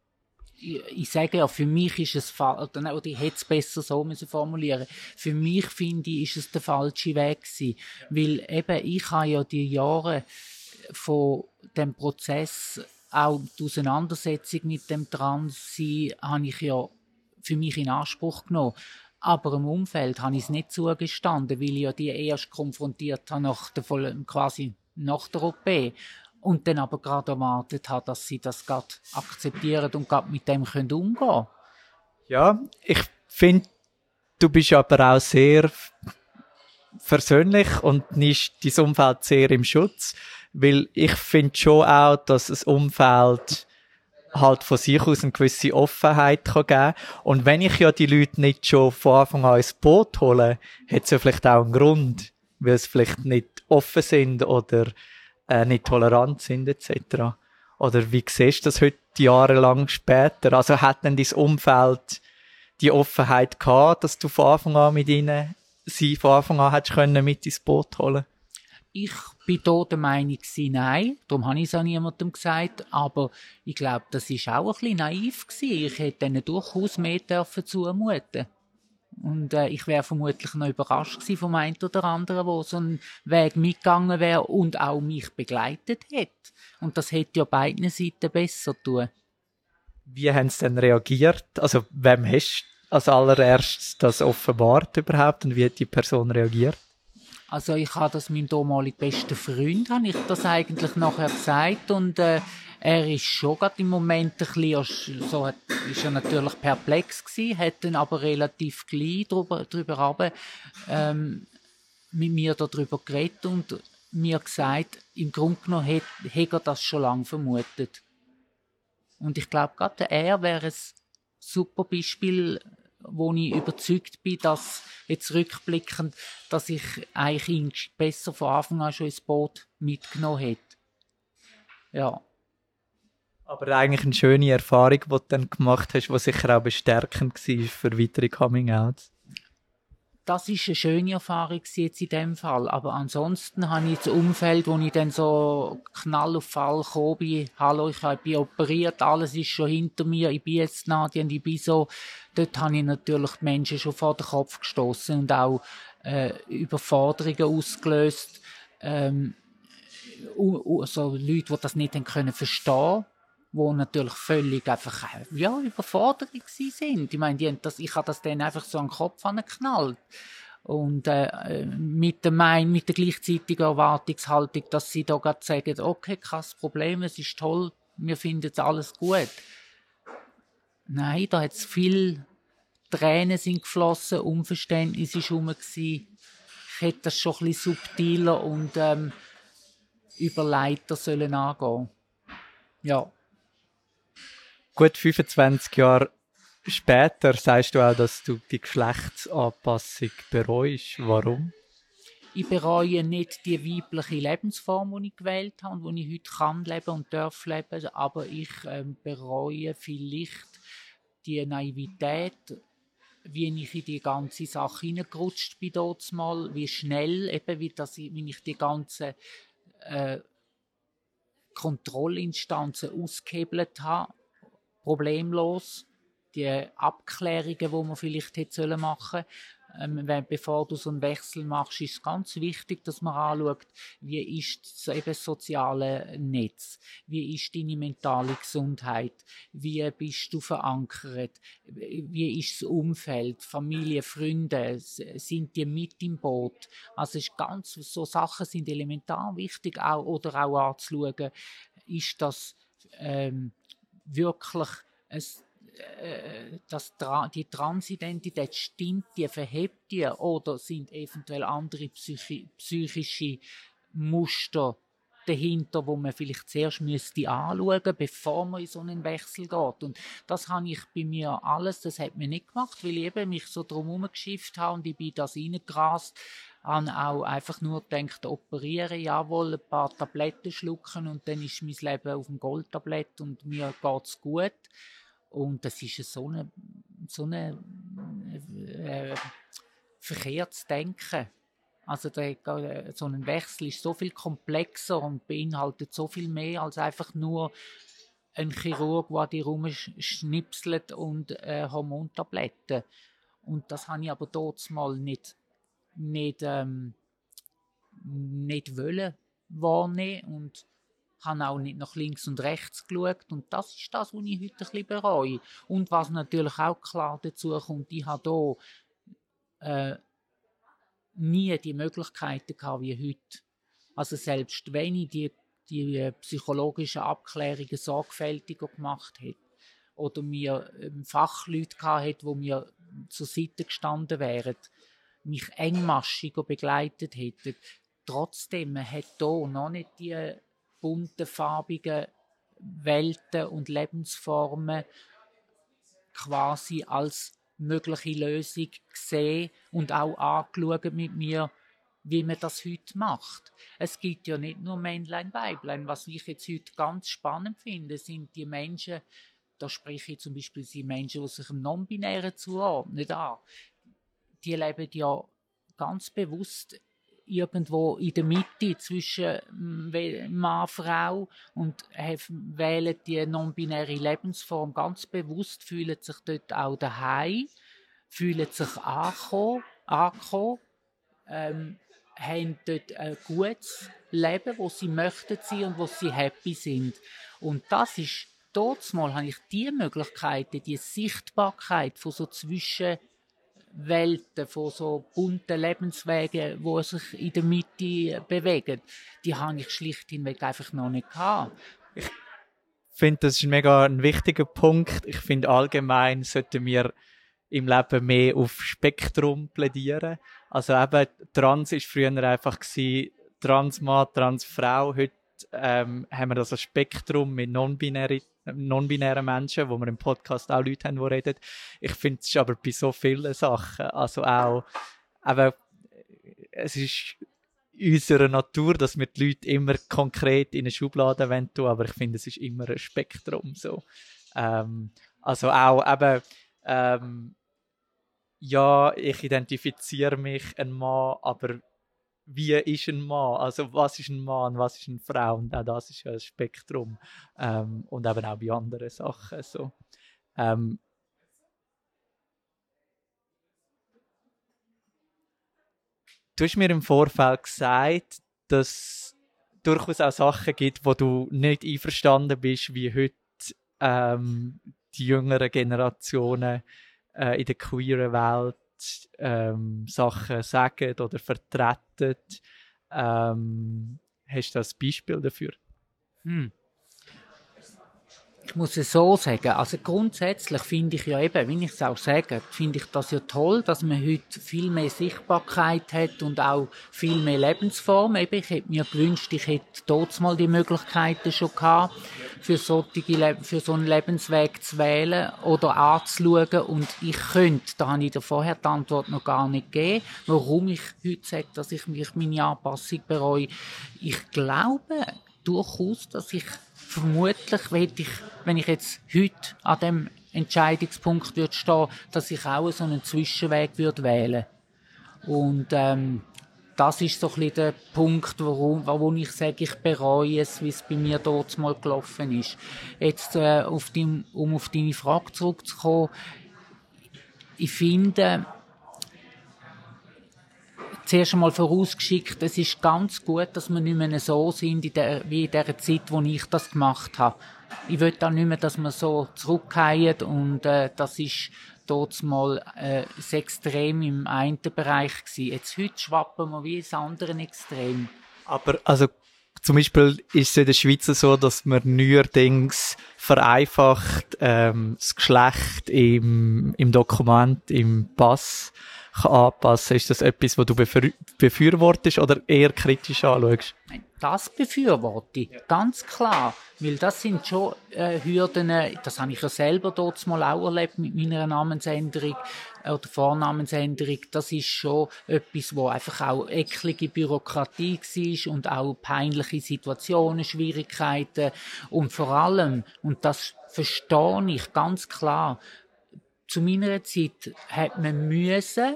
Ich sage ja, für mich ist es oder ich hätte es besser so müssen formulieren. Für mich, finde ich, ist es der falsche Weg gewesen. Weil eben, ich habe ja die Jahre von dem Prozess, auch die Auseinandersetzung mit dem Transsein, habe ich ja für mich in Anspruch genommen. Aber im Umfeld habe ich es nicht zugestanden, weil ich ja die erst konfrontiert habe quasi nach der OP. Und dann aber gerade erwartet habe, dass sie das gerade akzeptieren und gerade mit dem umgehen können. Ja, ich finde, du bist aber auch sehr versöhnlich und nimmst dein Umfeld sehr im Schutz. Weil ich finde schon auch, dass das Umfeld halt von sich aus eine gewisse Offenheit geben kann. Und wenn ich ja die Leute nicht schon von Anfang an ins Boot hole, hat es ja vielleicht auch einen Grund, weil sie vielleicht nicht offen sind oder nicht tolerant sind etc. Oder wie siehst du das heute jahrelang später? Also hat denn dein Umfeld die Offenheit gehabt, dass du von Anfang an mit ihnen sie von Anfang an hättest können mit ins Boot holen? Ich bin da der Meinung, nein. Darum habe ich es auch niemandem gesagt. Aber ich glaube, das war auch ein bisschen naiv gewesen. Ich hätte ihnen durchaus mehr zumuten. Und ich wäre vermutlich noch überrascht gewesen vom einen oder anderen, der so einen Weg mitgegangen wäre und auch mich begleitet hätte. Und das hätte ja beiden Seiten besser tun. Wie haben sie denn reagiert? Also, wem hast du als allererstes das offenbart überhaupt und wie hat die Person reagiert? Also ich habe das meinem damaligen besten Freund, habe ich das eigentlich nachher gesagt und er ist schon gerade im Moment ein bisschen, ist er natürlich perplex gewesen, hat dann aber relativ gleich drüber mit mir darüber geredet und mir gesagt, im Grunde genommen hätte er das schon lange vermutet. Und ich glaube, gerade er wäre ein super Beispiel, wo ich überzeugt bin, dass jetzt rückblickend, dass ich eigentlich ihn besser von Anfang an schon ins Boot mitgenommen hätte. Ja. Aber eigentlich eine schöne Erfahrung, die du dann gemacht hast, die sicher auch bestärkend war für weitere Coming-outs. Das war eine schöne Erfahrung jetzt in dem Fall. Aber ansonsten habe ich das Umfeld, wo ich dann so knall auf Fall gekommen bin. Hallo, ich bin operiert, alles ist schon hinter mir, ich bin jetzt Nadia und ich bin so. Dort habe ich natürlich die Menschen schon vor den Kopf gestoßen und auch Überforderungen ausgelöst. Also Leute, die das nicht verstehen können. wo natürlich völlig einfach, überfordert sind. Ich meine, ich habe das dann einfach so an den Kopf angeknallt. Und mit der gleichzeitigen Erwartungshaltung, dass sie da gerade sagen, okay, kein Problem, es ist toll, wir finden jetzt alles gut. Nein, da hat es viel Tränen sind geflossen, Unverständnis war rum. Ich hätte das schon ein bisschen subtiler und überleiter sollen angehen. Ja. Gut 25 Jahre später sagst du auch, dass du die Geschlechtsanpassung bereust. Warum? Ich bereue nicht die weibliche Lebensform, die ich gewählt habe und die ich heute kann leben und darf leben, aber ich bereue vielleicht die Naivität, wie ich in die ganze Sache hineingerutscht bin dort mal, wie schnell, eben wie ich die ganzen Kontrollinstanzen ausgehebelt habe, problemlos. Die Abklärungen, die man vielleicht hätte machen sollen. Bevor du so einen Wechsel machst, ist es ganz wichtig, dass man anschaut, wie ist das soziale Netz, wie ist deine mentale Gesundheit, wie bist du verankert, wie ist das Umfeld, Familie, Freunde, sind die mit im Boot? Also so Sachen sind elementar wichtig, auch anzuschauen, ist das wirklich dass die Transidentität stimmt, die verhebt die oder sind eventuell andere psychische Muster dahinter, wo man vielleicht zuerst anschauen müsste, bevor man in so einen Wechsel geht. Und das habe ich bei mir alles, das hat mir nicht gemacht, weil ich eben mich so drum herum geschifft habe und ich bin das reingerast, habe auch einfach nur gedacht, operieren, jawohl, ein paar Tabletten schlucken und dann ist mein Leben auf dem Goldtablett und mir geht es gut. Und das ist so ein verkehrtes Denken. Also so ein Wechsel ist so viel komplexer und beinhaltet so viel mehr als einfach nur ein Chirurg, der die rumschnipselt und Hormontabletten. Und das habe ich aber dort mal nicht wollen wahrnehmen und habe auch nicht nach links und rechts geschaut. Und das ist das, was ich heute ein bisschen bereue. Und was natürlich auch klar dazu kommt, ich habe hier nie die Möglichkeiten gehabt wie heute. Also selbst wenn ich die psychologischen Abklärungen sorgfältiger gemacht hätte oder mir Fachleute gehabt hätte, die mir zur Seite gestanden wären, mich engmaschiger begleitet hätten, trotzdem hat hier noch nicht die bunten, farbigen Welten und Lebensformen quasi als mögliche Lösung gesehen und auch angeschaut mit mir, wie man das heute macht. Es gibt ja nicht nur Männlein, Weiblein. Was ich jetzt heute ganz spannend finde, sind die Menschen, da spreche ich zum Beispiel die Menschen, die sich dem Non-Binären zuordnen, die leben ja ganz bewusst irgendwo in der Mitte zwischen Mann und Frau und wählen die non-binäre Lebensform ganz bewusst, fühlen sich dort auch daheim, fühlen sich angekommen, haben dort ein gutes Leben, wo sie möchten sein und wo sie happy sind. Und das ist, dort mal habe ich die Möglichkeiten, die Sichtbarkeit von so Zwischenwelten, von so bunten Lebenswegen, die sich in der Mitte bewegen, die habe ich schlicht hinweg einfach noch nicht gehabt. Ich finde, das ist mega ein wichtiger Punkt. Ich finde, allgemein sollten wir im Leben mehr auf Spektrum plädieren. Also eben, Trans war früher einfach Transmann, Transfrau. Heute haben wir das als Spektrum mit non-binären Menschen, wo wir im Podcast auch Leute haben, die reden. Ich finde, es ist aber bei so vielen Sachen, also auch, aber es ist in unserer Natur, dass wir die Leute immer konkret in eine Schublade tun, aber ich finde, es ist immer ein Spektrum. So. Also auch eben, ja, ich identifiziere mich ein Mann, aber wie ist ein Mann? Also was ist ein Mann, was ist eine Frau? Und auch das ist ja ein Spektrum. Und eben auch bei anderen Sachen. So. Du hast mir im Vorfeld gesagt, dass es durchaus auch Sachen gibt, wo du nicht einverstanden bist, wie heute die jüngeren Generationen in der queeren Welt Sachen sagen oder vertreten. Hast du ein Beispiel dafür? Ich muss es so sagen, also grundsätzlich finde ich ja eben, wie ich es auch sage, finde ich das ja toll, dass man heute viel mehr Sichtbarkeit hat und auch viel mehr Lebensformen. Eben, ich hätte mir gewünscht, ich hätte dort mal die Möglichkeiten schon gehabt, für so einen Lebensweg zu wählen oder anzuschauen. Und ich könnte, da habe ich dir vorher die Antwort noch gar nicht gegeben, warum ich heute sage, dass ich meine Anpassung bereue. Ich glaube durchaus, dass ich vermutlich wenn ich jetzt heute an dem Entscheidungspunkt würde stehen, dass ich auch so einen Zwischenweg würde wählen. Und das ist so ein bisschen der Punkt, warum ich sage, ich bereue es, wie es bei mir dort mal gelaufen ist. Jetzt, um auf deine Frage zurückzukommen, ich finde, zuerst einmal vorausgeschickt, es ist ganz gut, dass wir nicht mehr so sind wie in der Zeit, wo ich das gemacht habe. Ich will auch nicht mehr, dass wir so zurückgehen und das ist dort mal das Extrem im einen Bereich gewesen. Jetzt heute schwappen wir wie ins andere Extrem. Aber also zum Beispiel ist es in der Schweiz so, dass man neuerdings vereinfacht das Geschlecht im Dokument, im Pass kann anpassen. Ist das etwas, was du befürwortest oder eher kritisch anschaust? Das befürworte ich, ganz klar. Weil das sind schon Hürden, das habe ich ja selber dort mal auch erlebt mit meiner Namensänderung oder Vornamensänderung. Das ist schon etwas, wo einfach auch eklige Bürokratie war und auch peinliche Situationen, Schwierigkeiten. Und vor allem, und das verstehe ich ganz klar, zu meiner Zeit hat man müssen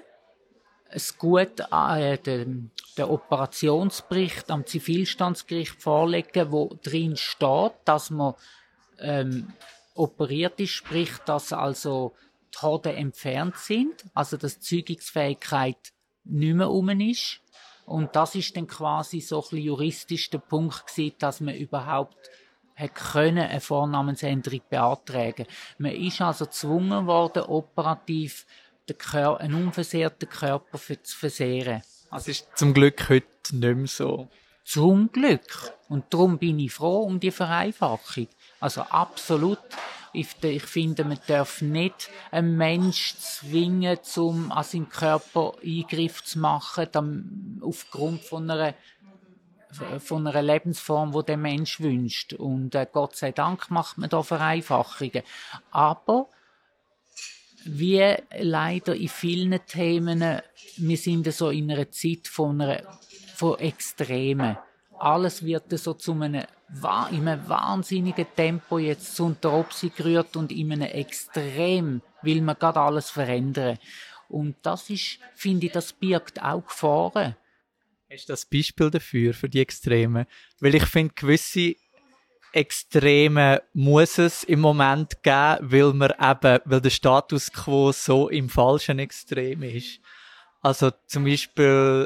den Operationsbericht am Zivilstandsgericht vorlegen, wo drin steht, dass man operiert ist, sprich, dass also die Hoden entfernt sind, also dass die Zeugungsfähigkeit nicht mehr rum ist. Und das ist dann quasi so ein bisschen juristisch der Punkt gewesen, dass man überhaupt eine Vornamensänderung beantragen. Man ist also gezwungen worden, operativ einen unversehrten Körper zu versehren. Das ist zum Glück heute nicht mehr so. Zum Glück. Und darum bin ich froh um die Vereinfachung. Also absolut. Ich finde, man darf nicht einen Menschen zwingen, an seinem Körper Eingriff zu machen, aufgrund von einer Lebensform, die der Mensch wünscht. Und Gott sei Dank macht man da Vereinfachungen. Aber wie leider in vielen Themen, wir sind so in einer Zeit von Extremen. Alles wird so in einem wahnsinnigen Tempo jetzt zu unter Obsi gerührt und in einem Extrem will man gerade alles verändern. Und das ist, finde ich, das birgt auch Gefahren. Hast du das Beispiel dafür, für die Extremen? Weil ich finde, gewisse Extreme muss es im Moment geben, weil der Status quo so im falschen Extrem ist. Also zum Beispiel,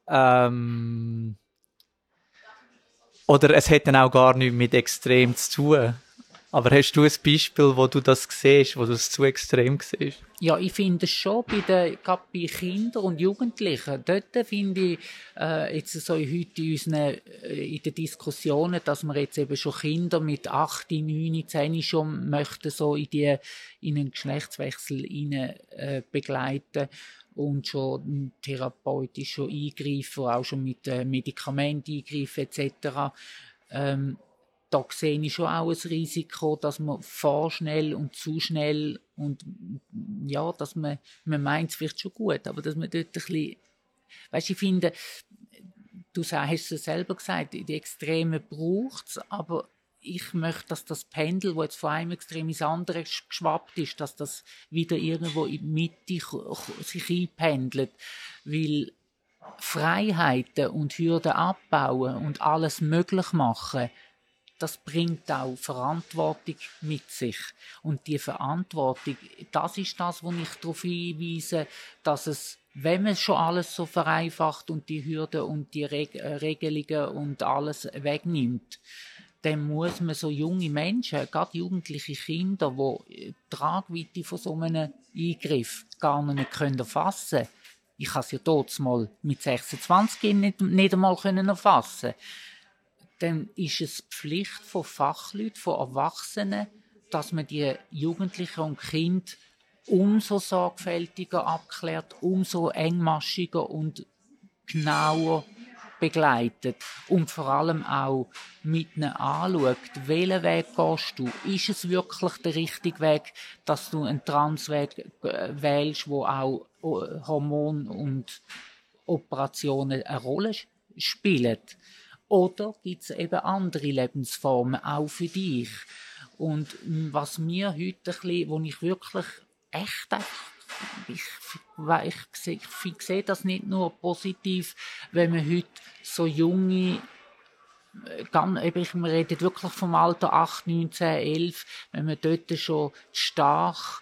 oder es hat dann auch gar nichts mit Extrem zu tun. Aber hast du ein Beispiel, wo du das siehst, wo du es zu extrem siehst? Ja, ich finde es schon, gerade bei Kindern und Jugendlichen. Dort finde ich, jetzt so heute in den Diskussionen, dass man jetzt eben schon Kinder mit 8, 9, 10 schon möchten so in einen Geschlechtswechsel begleiten und schon therapeutisch schon eingreifen, auch schon mit Medikamenten eingreifen etc. Da sehe ich schon auch ein Risiko, dass man vorschnell und zu schnell und ja, dass man meint es vielleicht schon gut, aber dass man dort ein bisschen, weißt, ich finde, du hast es selber gesagt, die Extreme braucht es, aber ich möchte, dass das Pendel, das jetzt von einem Extrem ins andere geschwappt ist, dass das wieder irgendwo in die Mitte sich einpendelt, weil Freiheiten und Hürden abbauen und alles möglich machen, das bringt auch Verantwortung mit sich. Und die Verantwortung, das ist das, wo ich darauf hinweise, dass es, wenn man schon alles so vereinfacht und die Hürden und die Regelungen und alles wegnimmt, dann muss man so junge Menschen, gerade jugendliche Kinder, die die Tragweite von so einem Eingriff gar noch nicht erfassen können. Ich habe es ja dort mal mit 26 nicht einmal erfassen. Dann ist es Pflicht von Fachleuten, von Erwachsenen, dass man die Jugendlichen und Kinder umso sorgfältiger abklärt, umso engmaschiger und genauer begleitet und vor allem auch mit ihnen anschaut, welchen Weg gehst du? Ist es wirklich der richtige Weg, dass du einen Transweg wählst, wo auch Hormone und Operationen eine Rolle spielen? Oder gibt es eben andere Lebensformen, auch für dich? Und was mir heute ein bisschen, wo ich wirklich echt ich sehe das nicht nur positiv, wenn man heute so junge, wir reden wirklich vom Alter 8, 9, 10, 11, wenn man dort schon stark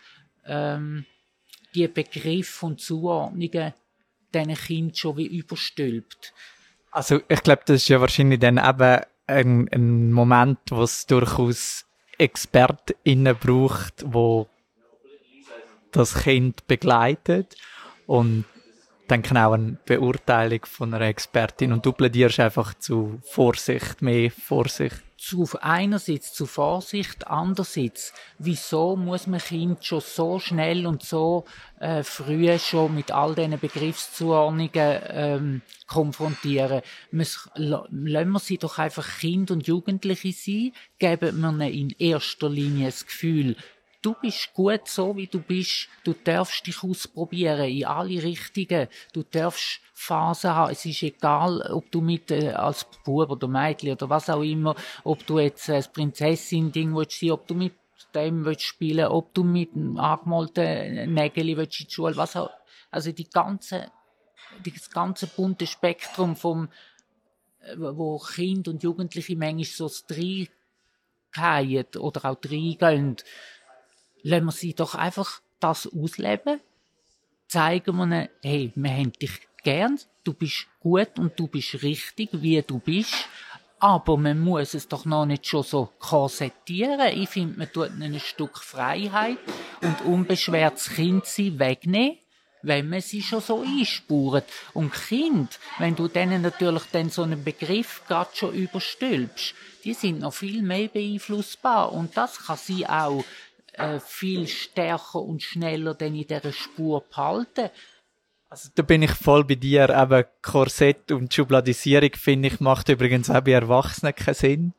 die Begriffe und Zuordnungen diesen Kindern schon wie überstülpt. Also ich glaube, das ist ja wahrscheinlich dann eben ein Moment, wo es durchaus ExpertInnen braucht, wo das Kind begleitet und dann auch eine Beurteilung von einer Expertin und du plädierst einfach zu Vorsicht, mehr Vorsicht. Einerseits zu Vorsicht, andererseits, wieso muss man Kind schon so schnell und so früh schon mit all diesen Begriffszuordnungen konfrontieren? Lassen wir sie doch einfach Kind und Jugendliche sein, geben wir ihnen in erster Linie das Gefühl, du bist gut so, wie du bist. Du darfst dich ausprobieren in alle Richtungen. Du darfst Phasen haben. Es ist egal, ob du als Bub oder Mädchen oder was auch immer, ob du jetzt ein Prinzessin-Ding willst sein, ob du mit dem willst spielen, ob du mit einem angemalten Nägel willst in die Schule, was auch. Also das ganze bunte Spektrum wo Kinder und Jugendliche manchmal so reingehen oder auch reingehen. Lassen wir sie doch einfach das ausleben. Zeigen wir ihnen, hey, wir haben dich gern, du bist gut und du bist richtig, wie du bist. Aber man muss es doch noch nicht schon so korsettieren. Ich finde, man tut ihnen ein Stück Freiheit und unbeschwertes Kindsein wegnehmen, wenn man sie schon so einspurt. Und Kind, wenn du denen natürlich dann so einen Begriff gerade schon überstülpst, die sind noch viel mehr beeinflussbar. Und das kann sie auch viel stärker und schneller denn in dieser Spur behalten. Also da bin ich voll bei dir. Eben Korsett und Schubladisierung, finde ich, macht übrigens auch bei Erwachsenen keinen Sinn.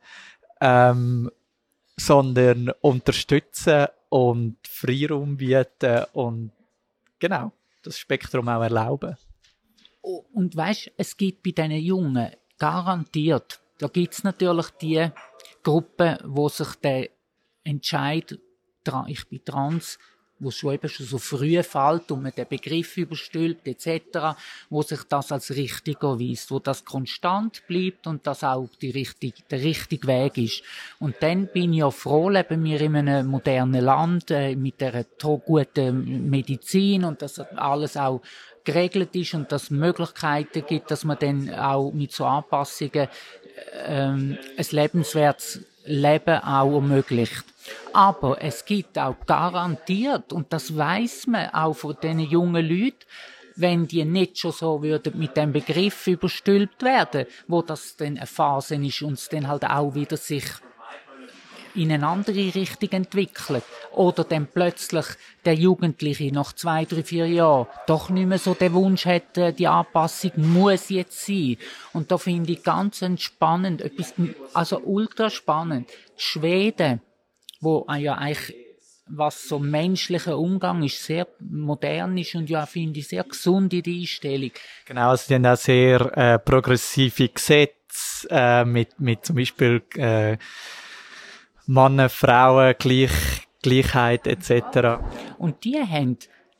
Sondern unterstützen und Freiraum bieten und genau, das Spektrum auch erlauben. Und weisst, es gibt bei diesen Jungen garantiert, da gibt es natürlich die Gruppe, wo sich der Entscheid, ich bin trans, wo es schon so früh fällt und man den Begriff überstülpt etc., wo sich das als richtig erweist, wo das konstant bleibt und das auch der richtige Weg ist. Und dann bin ich ja froh, leben wir in einem modernen Land mit einer guten Medizin und dass alles auch geregelt ist und dass es Möglichkeiten gibt, dass man dann auch mit so Anpassungen ein lebenswertes Leben auch ermöglicht. Aber es gibt auch garantiert, und das weiss man auch von diesen jungen Leuten, wenn die nicht schon so würden mit dem Begriff überstülpt werden, wo das dann eine Phase ist und es dann halt auch wieder sich in eine andere Richtung entwickelt. Oder dann plötzlich der Jugendliche nach 2, 3, 4 Jahren doch nicht mehr so den Wunsch hat, die Anpassung muss jetzt sein. Und da finde ich ganz spannend, also ultra spannend. Die Schweden, wo ja eigentlich, was so menschlicher Umgang ist, sehr modern ist und ja, finde ich, sehr gesund in die Einstellung. Genau, also die haben auch sehr progressive Gesetze mit zum Beispiel Männer, Frauen, Gleichheit etc. Und die haben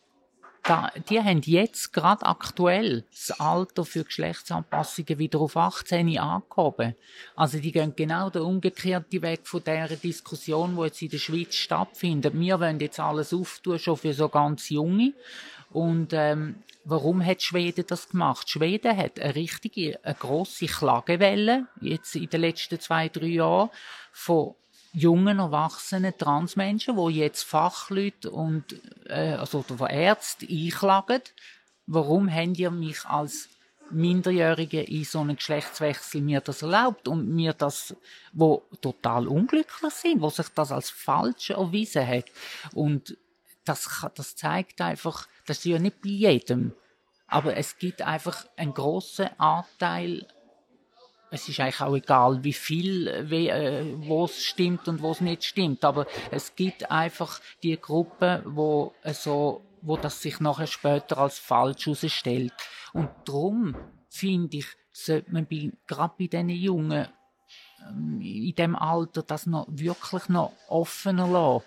jetzt gerade aktuell das Alter für Geschlechtsanpassungen wieder auf 18 angehoben. Also die gehen genau den umgekehrten Weg von dieser Diskussion, die jetzt in der Schweiz stattfindet. Wir wollen jetzt alles auftun, schon für so ganz Junge. Und warum hat Schweden das gemacht? Schweden hat eine grosse Klagewelle, jetzt in den letzten 2-3 Jahren, von jungen, erwachsenen Transmenschen, die jetzt Fachleute und also Ärzte einklagen. Warum habt ihr mich als Minderjährige in so einem Geschlechtswechsel mir das erlaubt und mir das, wo total unglücklich sind, wo sich das als falsch erwiesen hat. Und das zeigt einfach, das ist ja nicht bei jedem, aber es gibt einfach einen grossen Anteil. Es ist eigentlich auch egal, wie viel, wo es stimmt und wo es nicht stimmt, aber es gibt einfach die Gruppe, wo das sich nachher später als falsch herausstellt. Und darum, finde ich, sollte man gerade bei diesen Jungen in diesem Alter das wirklich noch offener lassen.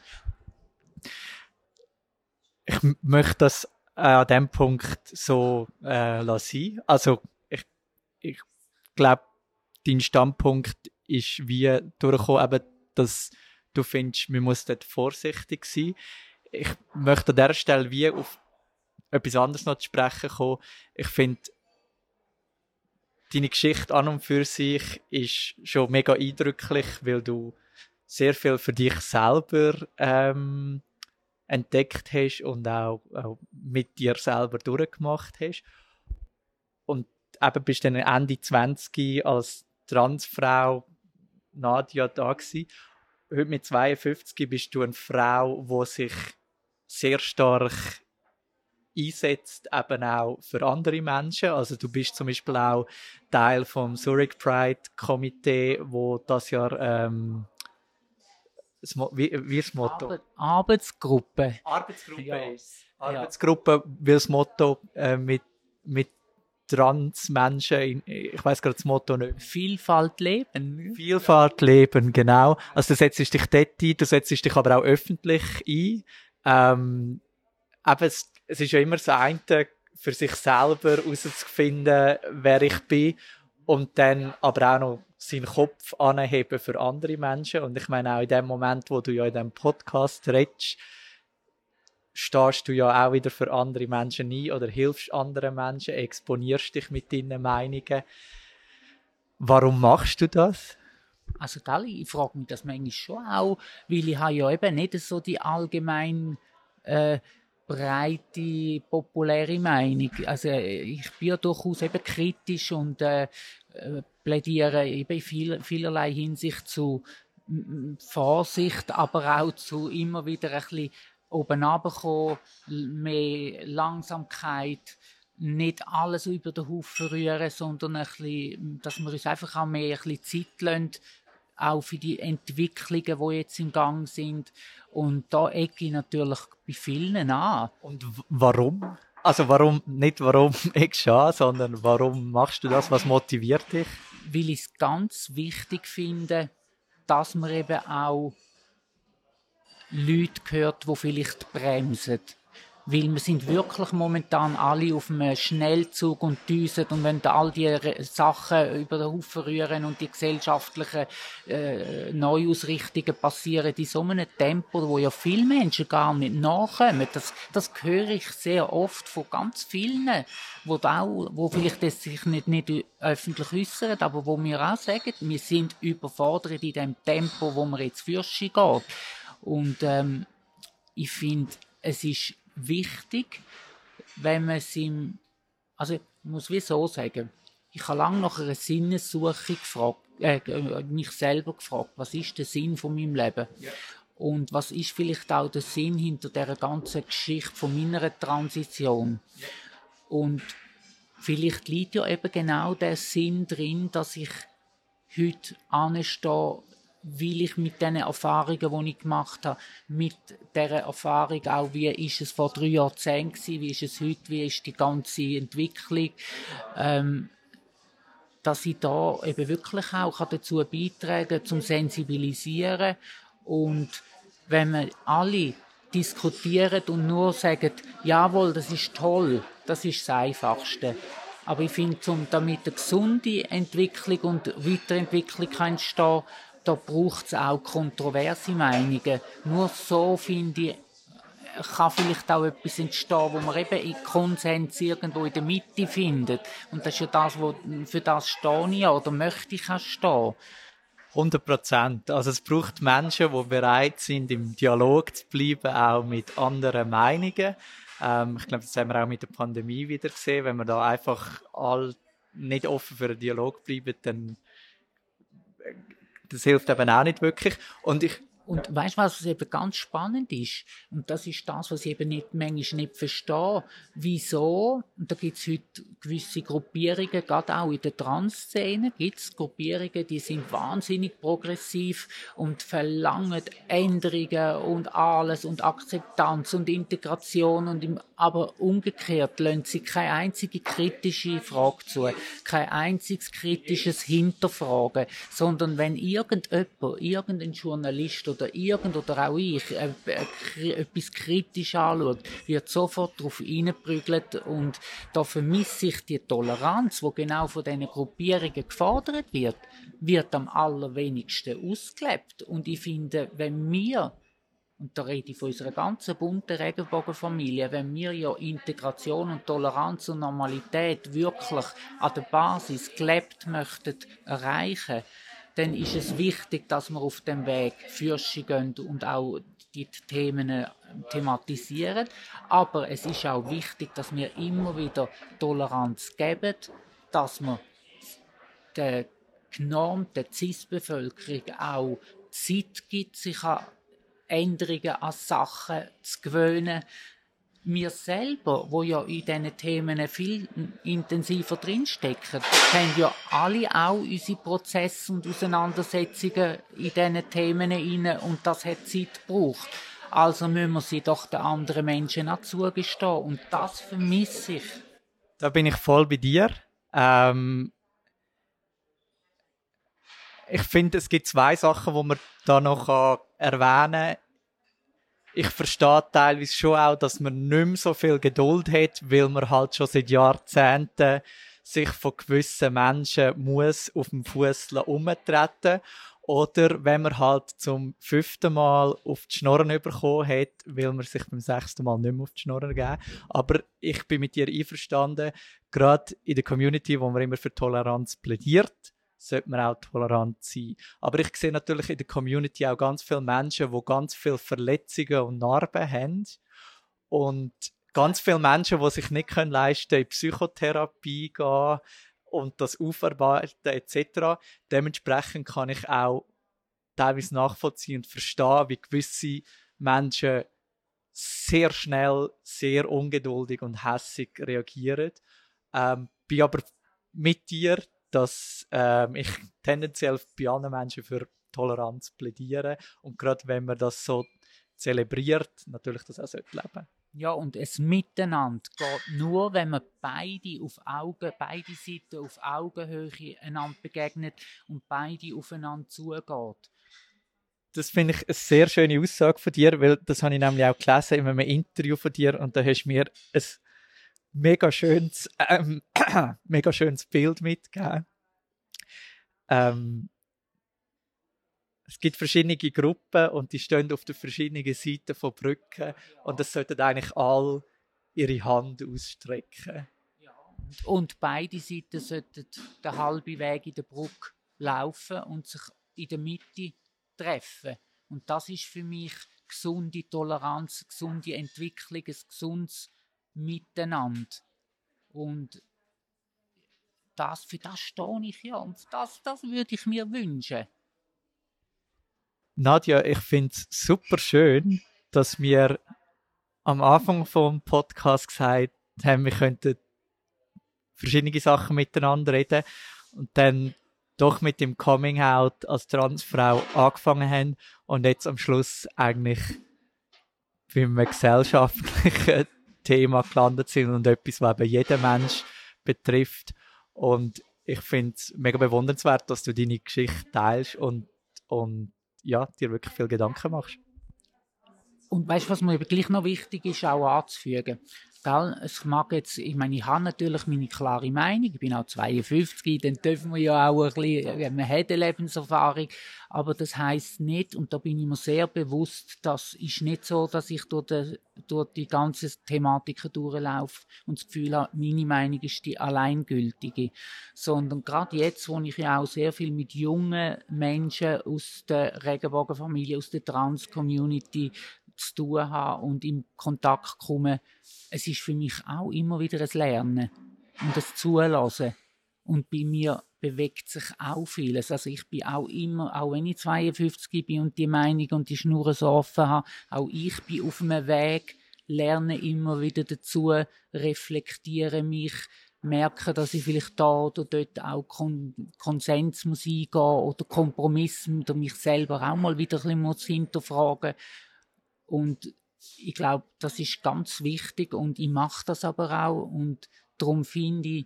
Ich möchte das an diesem Punkt so lassen. Also ich glaube, dein Standpunkt ist wie durchgekommen, eben, dass du findest, man muss dort vorsichtig sein. Ich möchte an dieser Stelle wie auf etwas anderes noch zu sprechen kommen. Ich finde, deine Geschichte an und für sich ist schon mega eindrücklich, weil du sehr viel für dich selber entdeckt hast und auch mit dir selber durchgemacht hast. Und eben bist dann Ende 20 als Transfrau Nadia da gewesen. Heute mit 52 bist du eine Frau, die sich sehr stark einsetzt, eben auch für andere Menschen. Also du bist zum Beispiel auch Teil vom Zurich Pride Komitee, wo das Jahr wie das Motto? Arbeitsgruppe. Ja. Arbeitsgruppe, weil das Motto mit Transmenschen, ich weiss gerade das Motto nicht. Vielfalt leben. Vielfalt leben, genau. Also du setzt dich dort ein, du setzt dich aber auch öffentlich ein. Aber es ist ja immer das eine, für sich selber herauszufinden, wer ich bin, und dann aber auch noch seinen Kopf anheben für andere Menschen. Und ich meine, auch in dem Moment, wo du ja in diesem Podcast redest, stehst du ja auch wieder für andere Menschen ein oder hilfst anderen Menschen, exponierst dich mit deinen Meinungen. Warum machst du das? Also ich frage mich das manchmal schon auch, weil ich habe ja eben nicht so die allgemein breite, populäre Meinung. Also ich bin ja durchaus eben kritisch und plädiere eben in vielerlei Hinsicht zu Vorsicht, aber auch zu immer wieder ein bisschen oben runterkommen, mehr Langsamkeit, nicht alles über den Haufen rühren, sondern ein bisschen, dass wir uns einfach auch mehr ein bisschen Zeit lassen, auch für die Entwicklungen, die jetzt im Gang sind. Und da ecke ich natürlich bei vielen an. Und warum? Also nicht warum eckst du an, sondern warum machst du das? Was motiviert dich? Weil ich es ganz wichtig finde, dass man eben auch Leute hört, die vielleicht bremsen. Weil wir sind wirklich momentan alle auf einem Schnellzug und düsen, und wenn da all die Sachen über den Haufen rühren und die gesellschaftlichen Neuausrichtungen passieren in so einem Tempo, wo ja viele Menschen gar nicht nachkommen. Das höre ich sehr oft von ganz vielen, wo vielleicht das sich nicht öffentlich äußern, aber wo mir auch sagen, wir sind überfordert in dem Tempo, wo wir jetzt fürschen geht. Und ich finde, es ist wichtig, wenn man es also ich muss wie so sagen, ich habe lange nach einer Sinnessuche mich selber gefragt, was ist der Sinn von meinem Leben? Ja. Und was ist vielleicht auch der Sinn hinter dieser ganzen Geschichte von meiner Transition? Ja. Und vielleicht liegt ja eben genau der Sinn drin, dass ich heute anstehe, weil ich mit den Erfahrungen, die ich gemacht habe, mit dieser Erfahrung auch, wie ist es vor 3 Jahrzehnten gewesen, wie ist es heute, wie ist die ganze Entwicklung, dass ich da eben wirklich auch dazu beitragen kann, zum Sensibilisieren. Und wenn wir alle diskutieren und nur sagen, jawohl, das ist toll, das ist das Einfachste. Aber ich finde, damit eine gesunde Entwicklung und Weiterentwicklung entstehen kann, da braucht es auch kontroverse Meinungen. Nur so, finde ich, kann vielleicht auch etwas entstehen, wo man eben in Konsens irgendwo in der Mitte findet. Und das ist ja das, für das stehe ich oder möchte ich auch stehen. 100%. Also es braucht Menschen, die bereit sind, im Dialog zu bleiben, auch mit anderen Meinungen. Ich glaube, das haben wir auch mit der Pandemie wieder gesehen. Wenn wir da einfach alle nicht offen für einen Dialog bleiben, dann das hilft eben auch nicht wirklich. Und weißt du, was eben ganz spannend ist? Und das ist das, was ich eben manchmal nicht verstehe. Wieso? Und da gibt es heute gewisse Gruppierungen, gerade auch in der Trans-Szene, gibt es Gruppierungen, die sind wahnsinnig progressiv und verlangen Änderungen und alles und Akzeptanz und Integration aber umgekehrt lassen sie keine einzige kritische Frage zu, kein einziges kritisches Hinterfragen, sondern wenn irgendein Journalist oder auch ich etwas kritisch anschaut, wird sofort darauf reingeprügelt und da vermisse ich die Toleranz, die genau von diesen Gruppierungen gefordert wird am allerwenigsten ausgelebt. Und ich finde, wenn wir, und da rede ich von unserer ganzen bunten Regenbogenfamilie, wenn wir ja Integration und Toleranz und Normalität wirklich an der Basis gelebt möchten erreichen, dann ist es wichtig, dass wir auf dem Weg Fürsche gehen und auch die Themen thematisieren. Aber es ist auch wichtig, dass wir immer wieder Toleranz geben, dass wir der genormten CIS-Bevölkerung auch Zeit gibt, sich an Änderungen, an Sachen zu gewöhnen. Wir selber, die ja in diesen Themen viel intensiver drinstecken, haben ja alle auch unsere Prozesse und Auseinandersetzungen in diesen Themen hinein und das hat Zeit gebraucht. Also müssen wir sie doch den anderen Menschen auch zugestehen und das vermisse ich. Da bin ich voll bei dir. Ich finde, es gibt zwei Sachen, die man da noch erwähnen kann. Ich verstehe teilweise schon auch, dass man nicht mehr so viel Geduld hat, weil man halt schon seit Jahrzehnten sich von gewissen Menschen muss auf dem Fuss umtreten. Oder wenn man halt zum 5. Mal auf die Schnorren bekommen hat, will man sich beim 6. Mal nicht mehr auf die Schnorren geben. Aber ich bin mit dir einverstanden, gerade in der Community, wo man immer für Toleranz plädiert, sollte man auch tolerant sein. Aber ich sehe natürlich in der Community auch ganz viele Menschen, die ganz viele Verletzungen und Narben haben. Und ganz viele Menschen, die sich nicht leisten können, in Psychotherapie gehen und das aufarbeiten etc. Dementsprechend kann ich auch teilweise nachvollziehen und verstehen, wie gewisse Menschen sehr schnell, sehr ungeduldig und hässig reagieren. Bin aber mit dir, dass ich tendenziell bei anderen Menschen für Toleranz plädiere und gerade wenn man das so zelebriert, natürlich das auch leben sollte. Ja, und es Miteinander geht nur, wenn man beide Seiten auf Augenhöhe einander begegnet und beide aufeinander zugeht. Das finde ich eine sehr schöne Aussage von dir, weil das habe ich nämlich auch gelesen in einem Interview von dir und da hast du mir ein mega schönes Bild mitgegeben. Es gibt verschiedene Gruppen und die stehen auf den verschiedenen Seiten von Brücken und es sollten eigentlich alle ihre Hand ausstrecken. Ja. Und beide Seiten sollten den halben Weg in der Brücke laufen und sich in der Mitte treffen. Und das ist für mich gesunde Toleranz, gesunde Entwicklung, ein gesundes Miteinander. Und für das stehe ich ja. Und das würde ich mir wünschen. Nadja, ich finde es super schön, dass wir am Anfang vom Podcast gesagt haben, wir könnten verschiedene Sachen miteinander reden und dann doch mit dem Coming-out als Transfrau angefangen haben und jetzt am Schluss eigentlich bei einem gesellschaftlichen Thema gelandet sind und etwas, was eben jeden Mensch betrifft. Und ich finde es mega bewundernswert, dass du deine Geschichte teilst und ja, dir wirklich viel Gedanken machst. Und weißt du, was mir gleich noch wichtig ist, auch anzufügen? Es mag jetzt, ich meine, ich habe natürlich meine klare Meinung, ich bin auch 52, dann dürfen wir ja auch ein bisschen, man hat eine Lebenserfahrung, aber das heisst nicht, und da bin ich mir sehr bewusst, das ist nicht so, dass ich durch die ganze Thematik durchlaufe und das Gefühl habe, meine Meinung ist die alleingültige, sondern gerade jetzt, wo ich ja auch sehr viel mit jungen Menschen aus der Regenbogenfamilie, aus der Trans-Community zu tun habe und in Kontakt komme, es ist für mich auch immer wieder ein Lernen und ein Zulassen. Und bei mir bewegt sich auch vieles. Also ich bin auch immer, auch wenn ich 52 bin und die Meinung und die Schnur so offen habe, auch ich bin auf einem Weg, lerne immer wieder dazu, reflektiere mich, merke, dass ich vielleicht da oder dort auch Konsens muss eingehen oder Kompromisse oder mich selber auch mal wieder ein bisschen hinterfragen. Und ich glaube, das ist ganz wichtig und ich mache das aber auch. Und darum finde ich,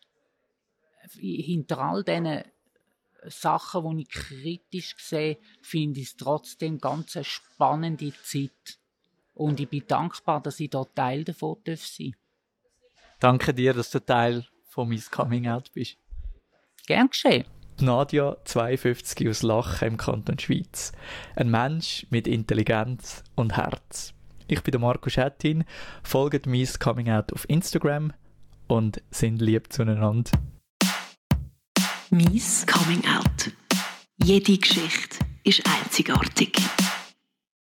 hinter all diesen Sachen, die ich kritisch sehe, finde ich es trotzdem ganz eine spannende Zeit. Und ich bin dankbar, dass ich da Teil davon sein darf. Danke dir, dass du Teil von meinem Coming-out bist. Gern geschehen. Nadia, 52 aus Lachen im Kanton Schweiz. Ein Mensch mit Intelligenz und Herz. Ich bin der Marco Schettin, folgt meinem Coming-out auf Instagram und sind lieb zueinander. Mies Coming Out. Jede Geschichte ist einzigartig.